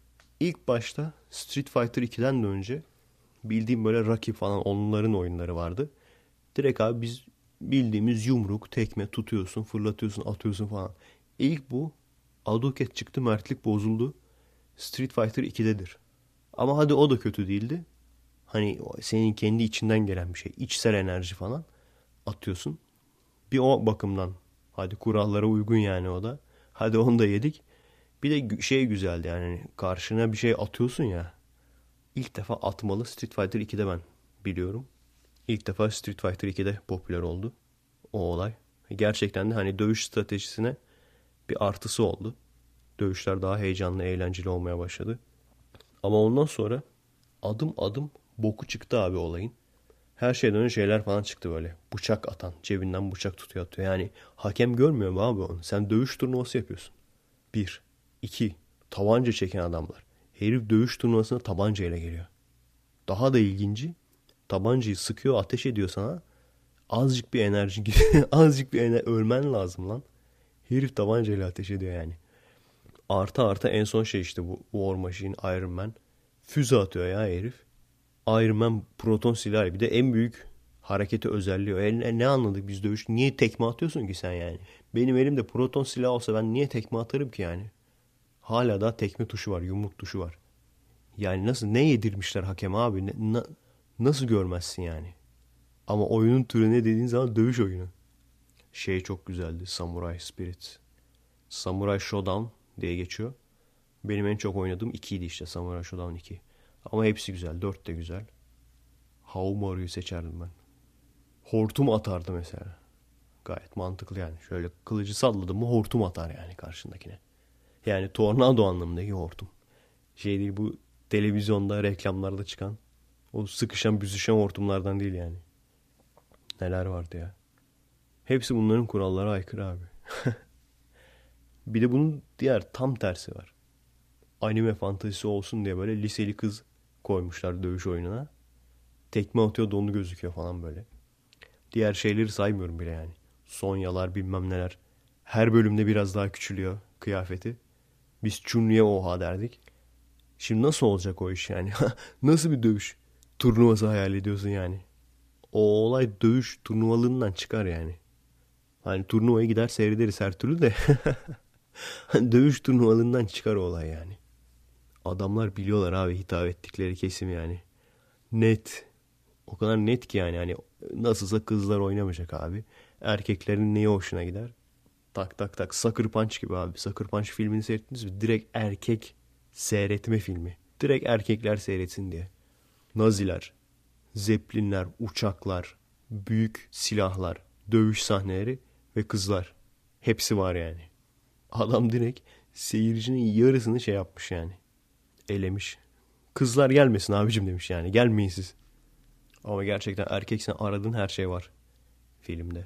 İlk başta Street Fighter ikiden de önce bildiğim böyle Rocky falan, onların oyunları vardı. Direkt abi biz bildiğimiz yumruk, tekme tutuyorsun, fırlatıyorsun, atıyorsun falan. İlk bu Aduket çıktı, mertlik bozuldu. Street Fighter ikidedir. Ama hadi o da kötü değildi. Hani senin kendi içinden gelen bir şey. İçsel enerji falan atıyorsun. Bir o bakımdan. Hadi kurallara uygun yani o da. Hadi onu da yedik. Bir de şey güzeldi yani, karşına bir şey atıyorsun ya. İlk defa atmalı Street Fighter ikide ben biliyorum. İlk defa Street Fighter ikide popüler oldu o olay. Gerçekten de hani dövüş stratejisine bir artısı oldu. Dövüşler daha heyecanlı, eğlenceli olmaya başladı. Ama ondan sonra adım adım boku çıktı abi olayın. Her şeyden önce şeyler falan çıktı böyle. Bıçak atan, cebinden bıçak tutuyor atıyor. Yani hakem görmüyor mu abi onu? Sen dövüş turnuvası yapıyorsun. Bir. İki. Tabanca çeken adamlar. Herif dövüş turnuvasına tabancayla geliyor. Daha da ilginci, tabancayı sıkıyor, ateş ediyor sana. Azıcık bir enerji gidiyor. Azıcık bir enerji. Ölmen lazım lan. Herif tabancayla ateş ediyor yani. Artı artı en son şey işte bu War Machine, Iron Man. Füze atıyor ya herif. Iron Man proton silahı. Bir de en büyük hareketi özelliği. E, ne anladık biz dövüş? Niye tekme atıyorsun ki sen yani? Benim elimde proton silahı olsa ben niye tekme atarım ki yani? Hala daha tekme tuşu var, yumruk tuşu var. Yani nasıl, ne yedirmişler hakem abi? Ne, na, nasıl görmezsin yani? Ama oyunun türü ne dediğin zaman dövüş oyunu. Şey çok güzeldi. Samurai Spirit. Samurai Shodown diye geçiyor. Benim en çok oynadığım ikiydi işte. Samurai Shodown iki. Ama hepsi güzel. dört de güzel. Haumaru'yu seçerdim ben. Hortum atardı mesela. Gayet mantıklı yani. Şöyle kılıcı salladım mı hortum atar yani karşındakine. Yani tornado anlamındaki hortum. Şey değil bu, televizyonda reklamlarda çıkan o sıkışan büzüşen hortumlardan değil yani. Neler vardı ya. Hepsi bunların kurallara aykırı abi. Bir de bunun diğer tam tersi var. Anime fantezisi olsun diye böyle liseli kız koymuşlar dövüş oyununa. Tekme atıyor, donu gözüküyor falan böyle. Diğer şeyleri saymıyorum bile yani. Sonyalar bilmem neler. Her bölümde biraz daha küçülüyor kıyafeti. Biz Chun-Li'ye oha derdik. Şimdi nasıl olacak o iş yani? Nasıl bir dövüş turnuvası hayal ediyorsun yani? O olay dövüş turnuvalığından çıkar yani. Hani turnuvaya gider seyrederiz her türlü de. Dövüş turnuvalığından çıkar o olay yani. Adamlar biliyorlar abi hitap ettikleri kesim yani. Net. O kadar net ki yani hani nasılsa kızlar oynamayacak abi. Erkeklerin neyi hoşuna gider? Tak tak tak. Sucker Punch gibi abi. Sucker Punch filmini seyrettiniz mi? Direkt erkek seyretme filmi. Direkt erkekler seyretsin diye. Naziler, zeplinler, uçaklar, büyük silahlar, dövüş sahneleri ve kızlar. Hepsi var yani. Adam direkt seyircinin yarısını şey yapmış yani. Elemiş. Kızlar gelmesin abicim demiş yani. Gelmeyin siz. Ama gerçekten erkeksen aradığın her şey var filmde.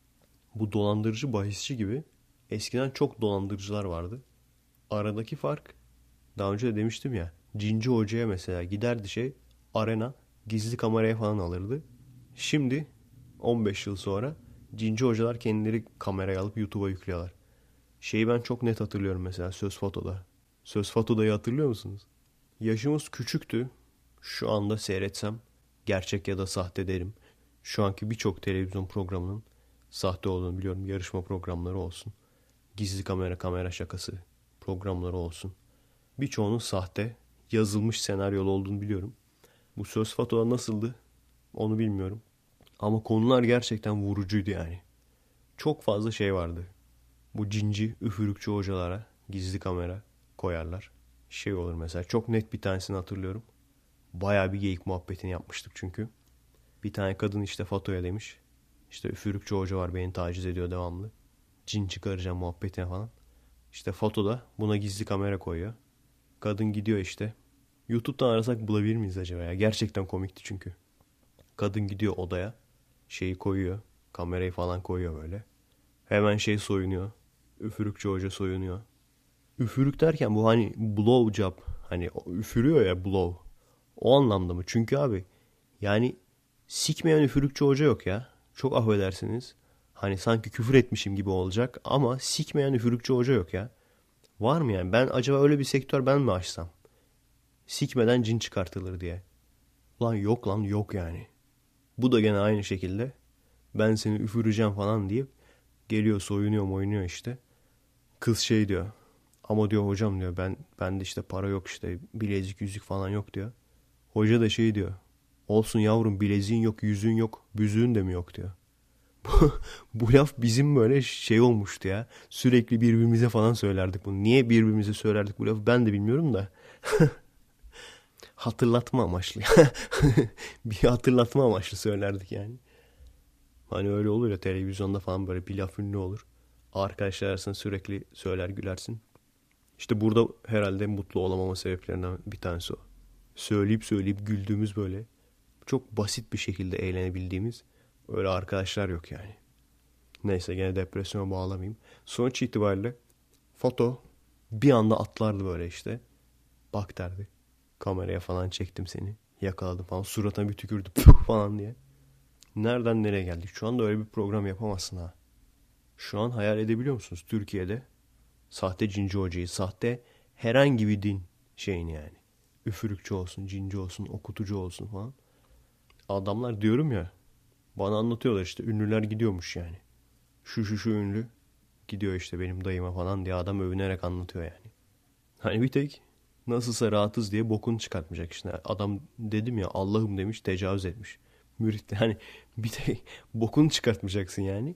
Bu dolandırıcı bahisçi gibi eskiden çok dolandırıcılar vardı. Aradaki fark, daha önce de demiştim ya, Cinci Hoca'ya mesela giderdi şey, arena gizli kameraya falan alırdı. Şimdi on beş yıl sonra Cinci Hocalar kendileri kameraya alıp YouTube'a yüklüyorlar. Şeyi ben çok net hatırlıyorum mesela Söz Foto'da. Söz Foto'da'yı hatırlıyor musunuz? Yaşımız küçüktü. Şu anda seyretsem gerçek ya da sahte derim. Şu anki birçok televizyon programının sahte olduğunu biliyorum. Yarışma programları olsun. Gizli kamera kamera şakası programları olsun. Birçoğunun sahte, yazılmış senaryolu olduğunu biliyorum. Bu Söz Foto'da nasıldı onu bilmiyorum. Ama konular gerçekten vurucuydu yani. Çok fazla şey vardı. Bu cinci, üfürükçü hocalara gizli kamera koyarlar. Şey olur mesela, çok net bir tanesini hatırlıyorum. Bayağı bir geyik muhabbetini yapmıştık çünkü. Bir tane kadın işte Fato'ya demiş. İşte üfürükçü hoca var beni taciz ediyor devamlı. Cin çıkaracağım muhabbetine falan. İşte Fato'da buna gizli kamera koyuyor. Kadın gidiyor işte. YouTube'dan arasak bulabilir miyiz acaba ya? Gerçekten komikti çünkü. Kadın gidiyor odaya. Şeyi koyuyor. Kamerayı falan koyuyor böyle. Hemen şey soyunuyor. Üfürükçü hoca soyunuyor. Üfürük derken bu hani blow job. Hani üfürüyor ya blow. O anlamda mı? Çünkü abi yani sikmeyen üfürükçü hoca yok ya. Çok affedersiniz. Hani sanki küfür etmişim gibi olacak ama sikmeyen üfürükçü hoca yok ya. Var mı yani? Ben acaba öyle bir sektör ben mi açsam? Sikmeden cin çıkartılır diye. Lan yok lan yok yani. Bu da gene aynı şekilde ben seni üfüreceğim falan deyip geliyor soyunuyor oynuyor işte. Kız şey diyor. Ama diyor hocam diyor ben bende işte para yok işte bilezik yüzük falan yok diyor. Hoca da şey diyor. Olsun yavrum bileziğin yok yüzüğün yok büzüğün de mi yok diyor. Bu laf bizim böyle şey olmuştu ya. Sürekli birbirimize falan söylerdik bunu. Niye birbirimize söylerdik bu lafı ben de bilmiyorum da. Hatırlatma amaçlı. Bir hatırlatma amaçlı söylerdik yani. Hani öyle olur ya televizyonda falan böyle bir laf ünlü olur. Arkadaşlar arasında sürekli söyler gülersin. İşte burada herhalde mutlu olamama sebeplerinden bir tanesi o. Söyleyip söyleyip güldüğümüz böyle çok basit bir şekilde eğlenebildiğimiz öyle arkadaşlar yok yani. Neyse gene depresyona bağlamayayım. Sonuç itibariyle foto bir anda atlardı böyle işte. Bak derdi. Kameraya falan çektim seni. Yakaladım falan. Suratına bir tükürdü puh falan diye. Nereden nereye geldik? Şu anda öyle bir program yapamazsın ha. Şu an hayal edebiliyor musunuz? Türkiye'de sahte cinci hocayı, sahte herhangi bir din şeyini yani. Üfürükçü olsun, cinci olsun, okutucu olsun falan. Adamlar diyorum ya, bana anlatıyorlar işte ünlüler gidiyormuş yani. Şu şu şu ünlü gidiyor işte benim dayıma falan diye adam övünerek anlatıyor yani. Hani bir tek nasılsa rahatız diye bokunu çıkartmayacak işte. Adam dedim ya Allah'ım demiş tecavüz etmiş. Mürit hani bir tek bokunu çıkartmayacaksın yani.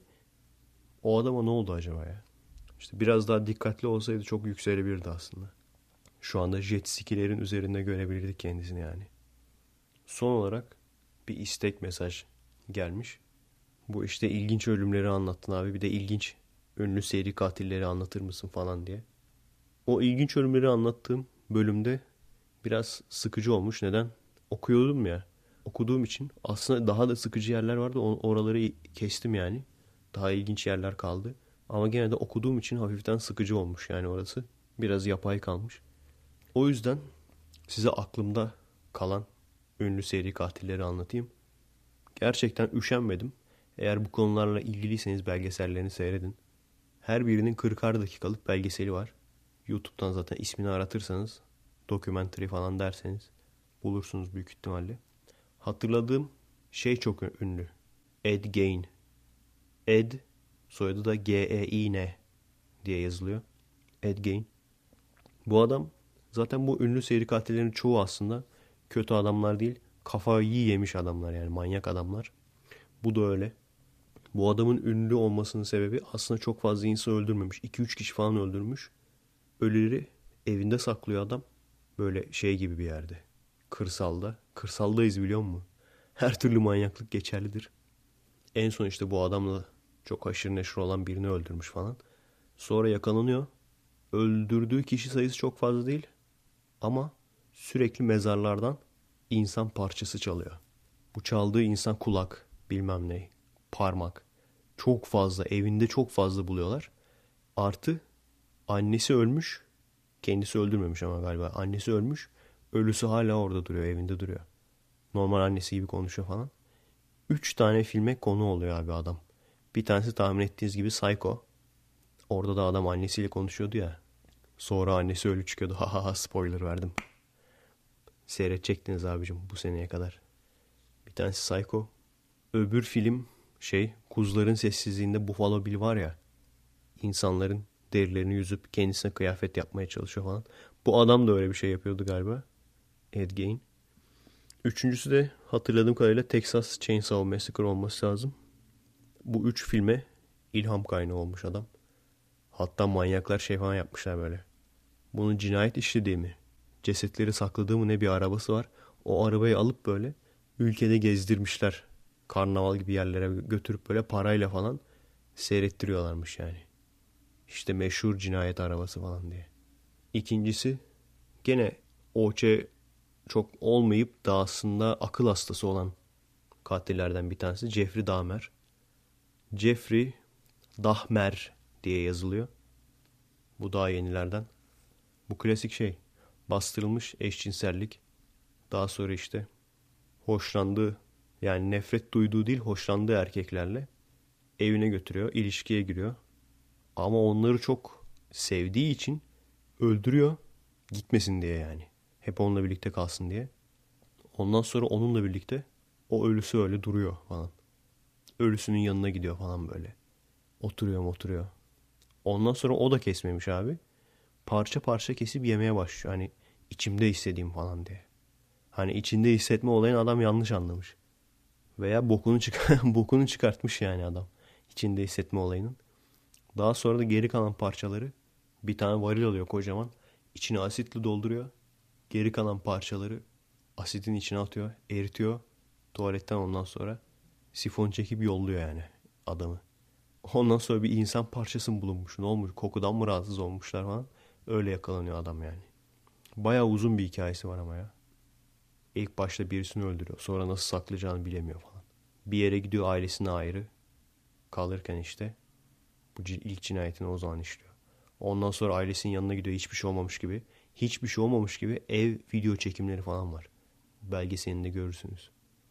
O adama ne oldu acaba ya? İşte biraz daha dikkatli olsaydı çok yükselebilirdi aslında. Şu anda jet skilerin üzerinde görebilirdik kendisini yani. Son olarak bir istek mesaj gelmiş. Bu işte ilginç ölümleri anlattın abi. Bir de ilginç ünlü seri katilleri anlatır mısın falan diye. O ilginç ölümleri anlattığım bölümde biraz sıkıcı olmuş. Neden? Okuyordum ya. Okuduğum için aslında daha da sıkıcı yerler vardı. Oraları kestim yani. Daha ilginç yerler kaldı. Ama gene de okuduğum için hafiften sıkıcı olmuş yani orası. Biraz yapay kalmış. O yüzden size aklımda kalan ünlü seri katilleri anlatayım. Gerçekten üşenmedim. Eğer bu konularla ilgiliyseniz belgesellerini seyredin. Her birinin kırkar dakikalık belgeseli var. YouTube'dan zaten ismini aratırsanız, documentary falan derseniz bulursunuz büyük ihtimalle. Hatırladığım şey çok ünlü. Ed Gein. Ed, soyadı da G E I N diye yazılıyor. Ed Gein. Bu adam zaten bu ünlü seri katillerin çoğu aslında kötü adamlar değil, kafayı yemiş adamlar yani manyak adamlar. Bu da öyle. Bu adamın ünlü olmasının sebebi aslında çok fazla insan öldürmemiş. iki üç kişi falan öldürmüş. Ölüleri evinde saklıyor adam. Böyle şey gibi bir yerde. Kırsalda. Kırsaldayız biliyor musun? Her türlü manyaklık geçerlidir. En son işte bu adamla çok haşır neşir olan birini öldürmüş falan. Sonra yakalanıyor. Öldürdüğü kişi sayısı çok fazla değil. Ama sürekli mezarlardan insan parçası çalıyor. Bu çaldığı insan kulak, bilmem ne, parmak. Çok fazla, evinde çok fazla buluyorlar. Artı annesi ölmüş. Kendisi öldürmemiş ama galiba. Annesi ölmüş. Ölüsü hala orada duruyor, evinde duruyor. Normal annesi gibi konuşuyor falan. Üç tane filme konu oluyor abi adam. Bir tanesi tahmin ettiğiniz gibi Psycho. Orada da adam annesiyle konuşuyordu ya. Sonra annesi ölü çıkıyordu. Ha ha ha, spoiler verdim. Seyredecektiniz abicim bu seneye kadar. Bir tanesi Psycho. Öbür film şey, Kuzuların Sessizliğinde Buffalo Bill var ya. İnsanların derilerini yüzüp kendisine kıyafet yapmaya çalışıyor falan. Bu adam da öyle bir şey yapıyordu galiba. Ed Gein. Üçüncüsü de hatırladığım kadarıyla Texas Chainsaw Massacre olması lazım. Bu üç filme ilham kaynağı olmuş adam. Hatta manyaklar şey falan yapmışlar böyle. Bunun cinayet işlediği mi, cesetleri sakladığı mı ne bir arabası var. O arabayı alıp böyle ülkede gezdirmişler. Karnaval gibi yerlere götürüp böyle parayla falan seyrettiriyorlarmış yani. İşte meşhur cinayet arabası falan diye. İkincisi gene O Ç çok olmayıp da aslında akıl hastası olan katillerden bir tanesi Jeffrey Dahmer. Jeffrey Dahmer diye yazılıyor. Bu daha yenilerden. Bu klasik şey. Bastırılmış eşcinsellik. Daha sonra işte hoşlandığı, yani nefret duyduğu değil hoşlandığı erkeklerle evine götürüyor. İlişkiye giriyor. Ama onları çok sevdiği için öldürüyor. Gitmesin diye yani. Hep onunla birlikte kalsın diye. Ondan sonra onunla birlikte o ölüsü öyle duruyor falan. Ölüsünün yanına gidiyor falan böyle. Oturuyor oturuyor. Ondan sonra o da kesmemiş abi. Parça parça kesip yemeye başlıyor. Hani içimde hissedeyim falan diye. Hani içinde hissetme olayını adam yanlış anlamış. Veya bokunu, çık bokunu çıkartmış yani adam. İçinde hissetme olayının. Daha sonra da geri kalan parçaları bir tane varil alıyor kocaman. İçine asitle dolduruyor. Geri kalan parçaları asitin içine atıyor. Eritiyor. Tuvaletten ondan sonra sifon çekip yolluyor yani adamı. Ondan sonra bir insan parçası mı bulunmuş? Ne olmuş? Kokudan mı rahatsız olmuşlar falan. Öyle yakalanıyor adam yani. Bayağı uzun bir hikayesi var ama ya. İlk başta birisini öldürüyor. Sonra nasıl saklayacağını bilemiyor falan. Bir yere gidiyor ailesine ayrı. Kalırken işte bu ilk cinayetini o zaman işliyor. Ondan sonra ailesinin yanına gidiyor hiçbir şey olmamış gibi. Hiçbir şey olmamış gibi ev video çekimleri falan var. Belgeselinde görürsünüz.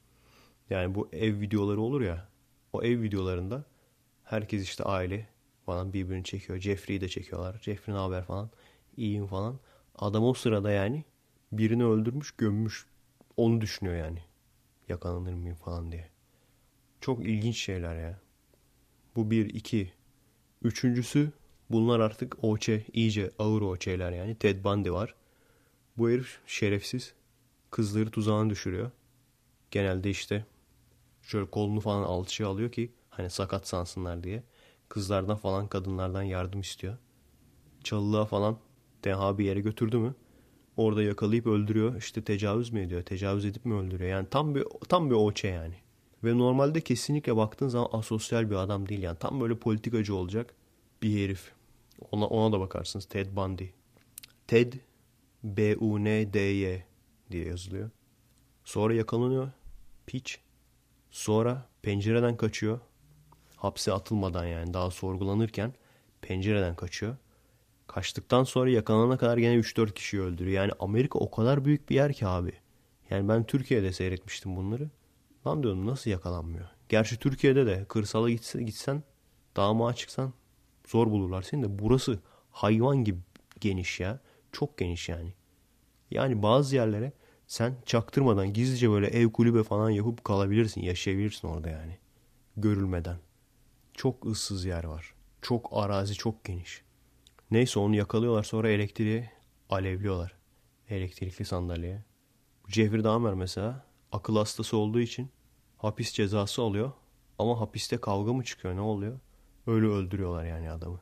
Yani bu ev videoları olur ya. O ev videolarında herkes işte aile falan birbirini çekiyor. Jeffrey'i de çekiyorlar. Jeffrey ne haber falan. İyiyim falan. Adam o sırada yani birini öldürmüş, gömmüş. Onu düşünüyor yani. Yakalanır mıyım falan diye. Çok ilginç şeyler ya. Bu bir, iki. Üçüncüsü bunlar artık O Ç, iyice ağır O Ç'ler yani. Ted Bundy var. Bu herif şerefsiz. Kızları tuzağına düşürüyor. Genelde işte şöyle kolunu falan alçıya alıyor ki hani sakat sansınlar diye. Kızlardan falan kadınlardan yardım istiyor. Çalılığa falan tenha bir yere götürdü mü orada yakalayıp öldürüyor. İşte tecavüz mü ediyor? Tecavüz edip mi öldürüyor? Yani tam bir tam bir O Ç yani. Ve normalde kesinlikle baktığın zaman asosyal bir adam değil yani. Tam böyle politikacı olacak bir herif. Ona, ona da bakarsınız. Ted Bundy. Ted B U N D Y diye yazılıyor. Sonra yakalanıyor. Piç. Sonra pencereden kaçıyor. Hapse atılmadan yani daha sorgulanırken pencereden kaçıyor. Kaçtıktan sonra yakalanana kadar gene üç dört kişiyi öldürüyor. Yani Amerika o kadar büyük bir yer ki abi. Yani ben Türkiye'de seyretmiştim bunları. Lan diyorum nasıl yakalanmıyor? Gerçi Türkiye'de de kırsala gitsen, gitsen dağıma çıksan zor bulurlar seni de. Burası hayvan gibi geniş ya. Çok geniş yani. Yani bazı yerlere sen çaktırmadan gizlice böyle ev kulübe falan yapıp kalabilirsin. Yaşayabilirsin orada yani. Görülmeden. Çok ıssız yer var. Çok arazi çok geniş. Neyse onu yakalıyorlar sonra elektriği alevliyorlar. Elektrikli sandalyeye. Jeffrey Dahmer mesela akıl hastası olduğu için hapis cezası alıyor. Ama hapiste kavga mı çıkıyor ne oluyor? Öyle öldürüyorlar yani adamı.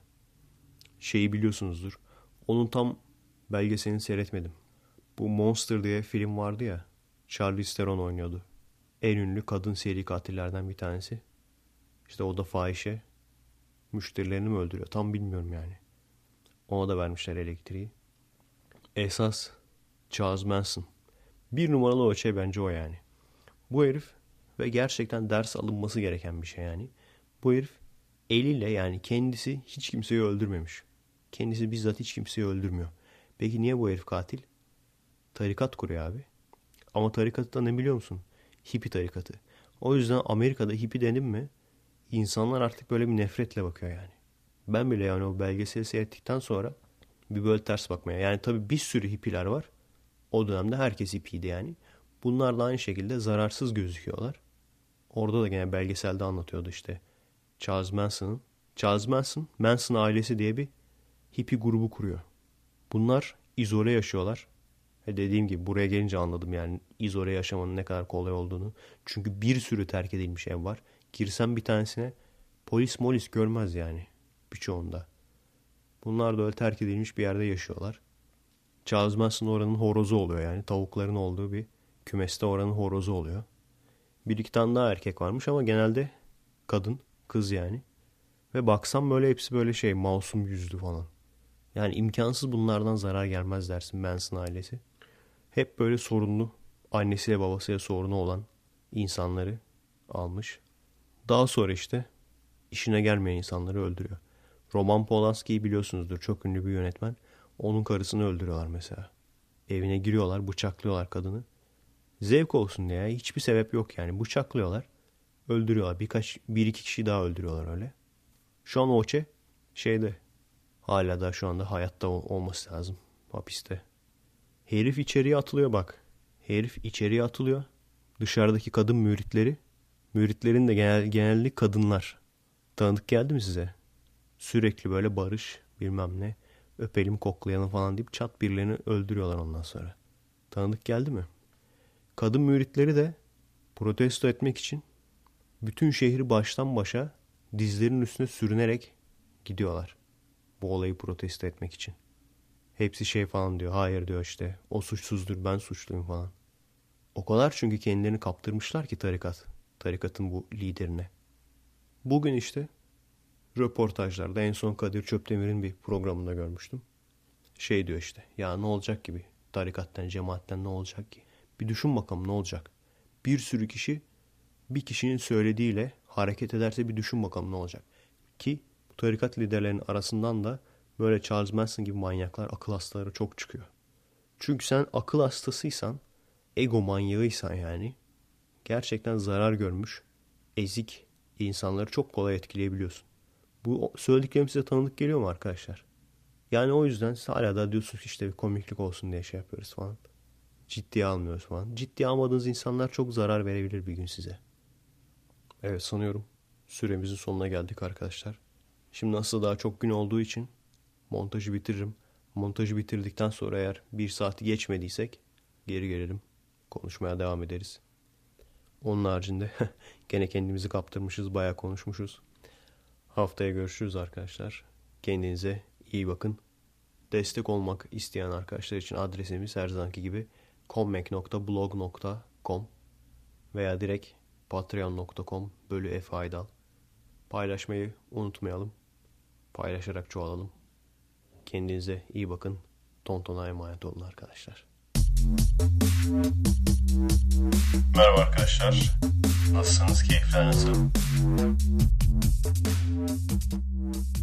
Şeyi biliyorsunuzdur. Onun tam belgeselini seyretmedim. Bu Monster diye film vardı ya. Charlize Theron oynuyordu. En ünlü kadın seri katillerden bir tanesi. İşte o da fahişe. Müşterilerini mi öldürüyor? Tam bilmiyorum yani. Ona da vermişler elektriği. Esas Charles Manson. Bir numaralı ölçeği bence o yani. Bu herif ve gerçekten ders alınması gereken bir şey yani. Bu herif eliyle yani kendisi hiç kimseyi öldürmemiş. Kendisi bizzat hiç kimseyi öldürmüyor. Peki niye bu herif katil? Tarikat kuruyor abi. Ama tarikatı da ne biliyor musun? Hippie tarikatı. O yüzden Amerika'da hippie dedim mi insanlar artık böyle bir nefretle bakıyor yani. Ben bile yani o belgeseli seyrettikten sonra bir böyle ters bakmaya. Yani tabii bir sürü hippiler var. O dönemde herkes hippiydi yani. Bunlar da aynı şekilde zararsız gözüküyorlar. Orada da gene belgeselde anlatıyordu işte. Charles Manson'ın. Charles Manson, Manson ailesi diye bir hippie grubu kuruyor. Bunlar izole yaşıyorlar. Ve dediğim gibi buraya gelince anladım yani izole yaşamanın ne kadar kolay olduğunu. Çünkü bir sürü terk edilmiş ev var. Girsem bir tanesine polis molis görmez yani birçoğunda. Bunlar da öyle terk edilmiş bir yerde yaşıyorlar. Charles Manson oranın horozu oluyor yani. Tavukların olduğu bir kümeste oranın horozu oluyor. Bir iki tane daha erkek varmış ama genelde kadın, kız yani. Ve baksam böyle hepsi böyle şey masum yüzlü falan. Yani imkansız bunlardan zarar gelmez dersin Manson ailesi. Hep böyle sorunlu, annesiyle babasıyla sorunu olan insanları almış. Daha sonra işte işine gelmeyen insanları öldürüyor. Roman Polanski'yi biliyorsunuzdur. Çok ünlü bir yönetmen. Onun karısını öldürüyorlar mesela. Evine giriyorlar, bıçaklıyorlar kadını. Zevk olsun diye. Hiçbir sebep yok yani. Bıçaklıyorlar, öldürüyorlar. Birkaç, bir iki kişi daha öldürüyorlar öyle. Şu an Oçe şeyde hala da şu anda hayatta olması lazım. Hapiste. Herif içeriye atılıyor bak. Herif içeriye atılıyor. Dışarıdaki kadın müritleri. Müritlerin de genel, genellikle kadınlar. Tanıdık geldi mi size? Sürekli böyle barış bilmem ne. Öpelim koklayalım falan deyip çat birilerini öldürüyorlar ondan sonra. Tanıdık geldi mi? Kadın müritleri de protesto etmek için bütün şehri baştan başa dizlerinin üstüne sürünerek gidiyorlar. Bu olayı protesto etmek için. Hepsi şey falan diyor. Hayır diyor işte. O suçsuzdur ben suçluyum falan. O kadar çünkü kendilerini kaptırmışlar ki tarikat. Tarikatın bu liderine. Bugün işte röportajlarda en son Kadir Çöpdemir'in bir programında görmüştüm. Şey diyor işte. Ya ne olacak gibi. Tarikattan, cemaatten ne olacak ki? Bir düşün bakalım ne olacak? Bir sürü kişi bir kişinin söylediğiyle hareket ederse bir düşün bakalım ne olacak? Ki bu tarikat liderlerinin arasından da böyle Charles Manson gibi manyaklar, akıl hastaları çok çıkıyor. Çünkü sen akıl hastasıysan, ego manyağıysan yani gerçekten zarar görmüş, ezik insanları çok kolay etkileyebiliyorsun. Bu söylediklerim size tanıdık geliyor mu arkadaşlar? Yani o yüzden siz hala da diyorsunuz ki işte bir komiklik olsun diye şey yapıyoruz falan. Ciddiye almıyoruz falan. Ciddiye almadığınız insanlar çok zarar verebilir bir gün size. Evet sanıyorum süremizin sonuna geldik arkadaşlar. Şimdi aslında daha çok gün olduğu için montajı bitiririm. Montajı bitirdikten sonra eğer bir saati geçmediysek geri gelelim. Konuşmaya devam ederiz. Onun haricinde gene kendimizi kaptırmışız. Bayağı konuşmuşuz. Haftaya görüşürüz arkadaşlar. Kendinize iyi bakın. Destek olmak isteyen arkadaşlar için adresimiz her zamanki gibi kommek nokta blog nokta com veya direkt patreon nokta com bölü Efe Aydal. Paylaşmayı unutmayalım. Paylaşarak çoğalalım. Kendinize iyi bakın. Tonton'a emanet olun arkadaşlar. Merhaba arkadaşlar. Nasılsınız? Keyifler nasıl?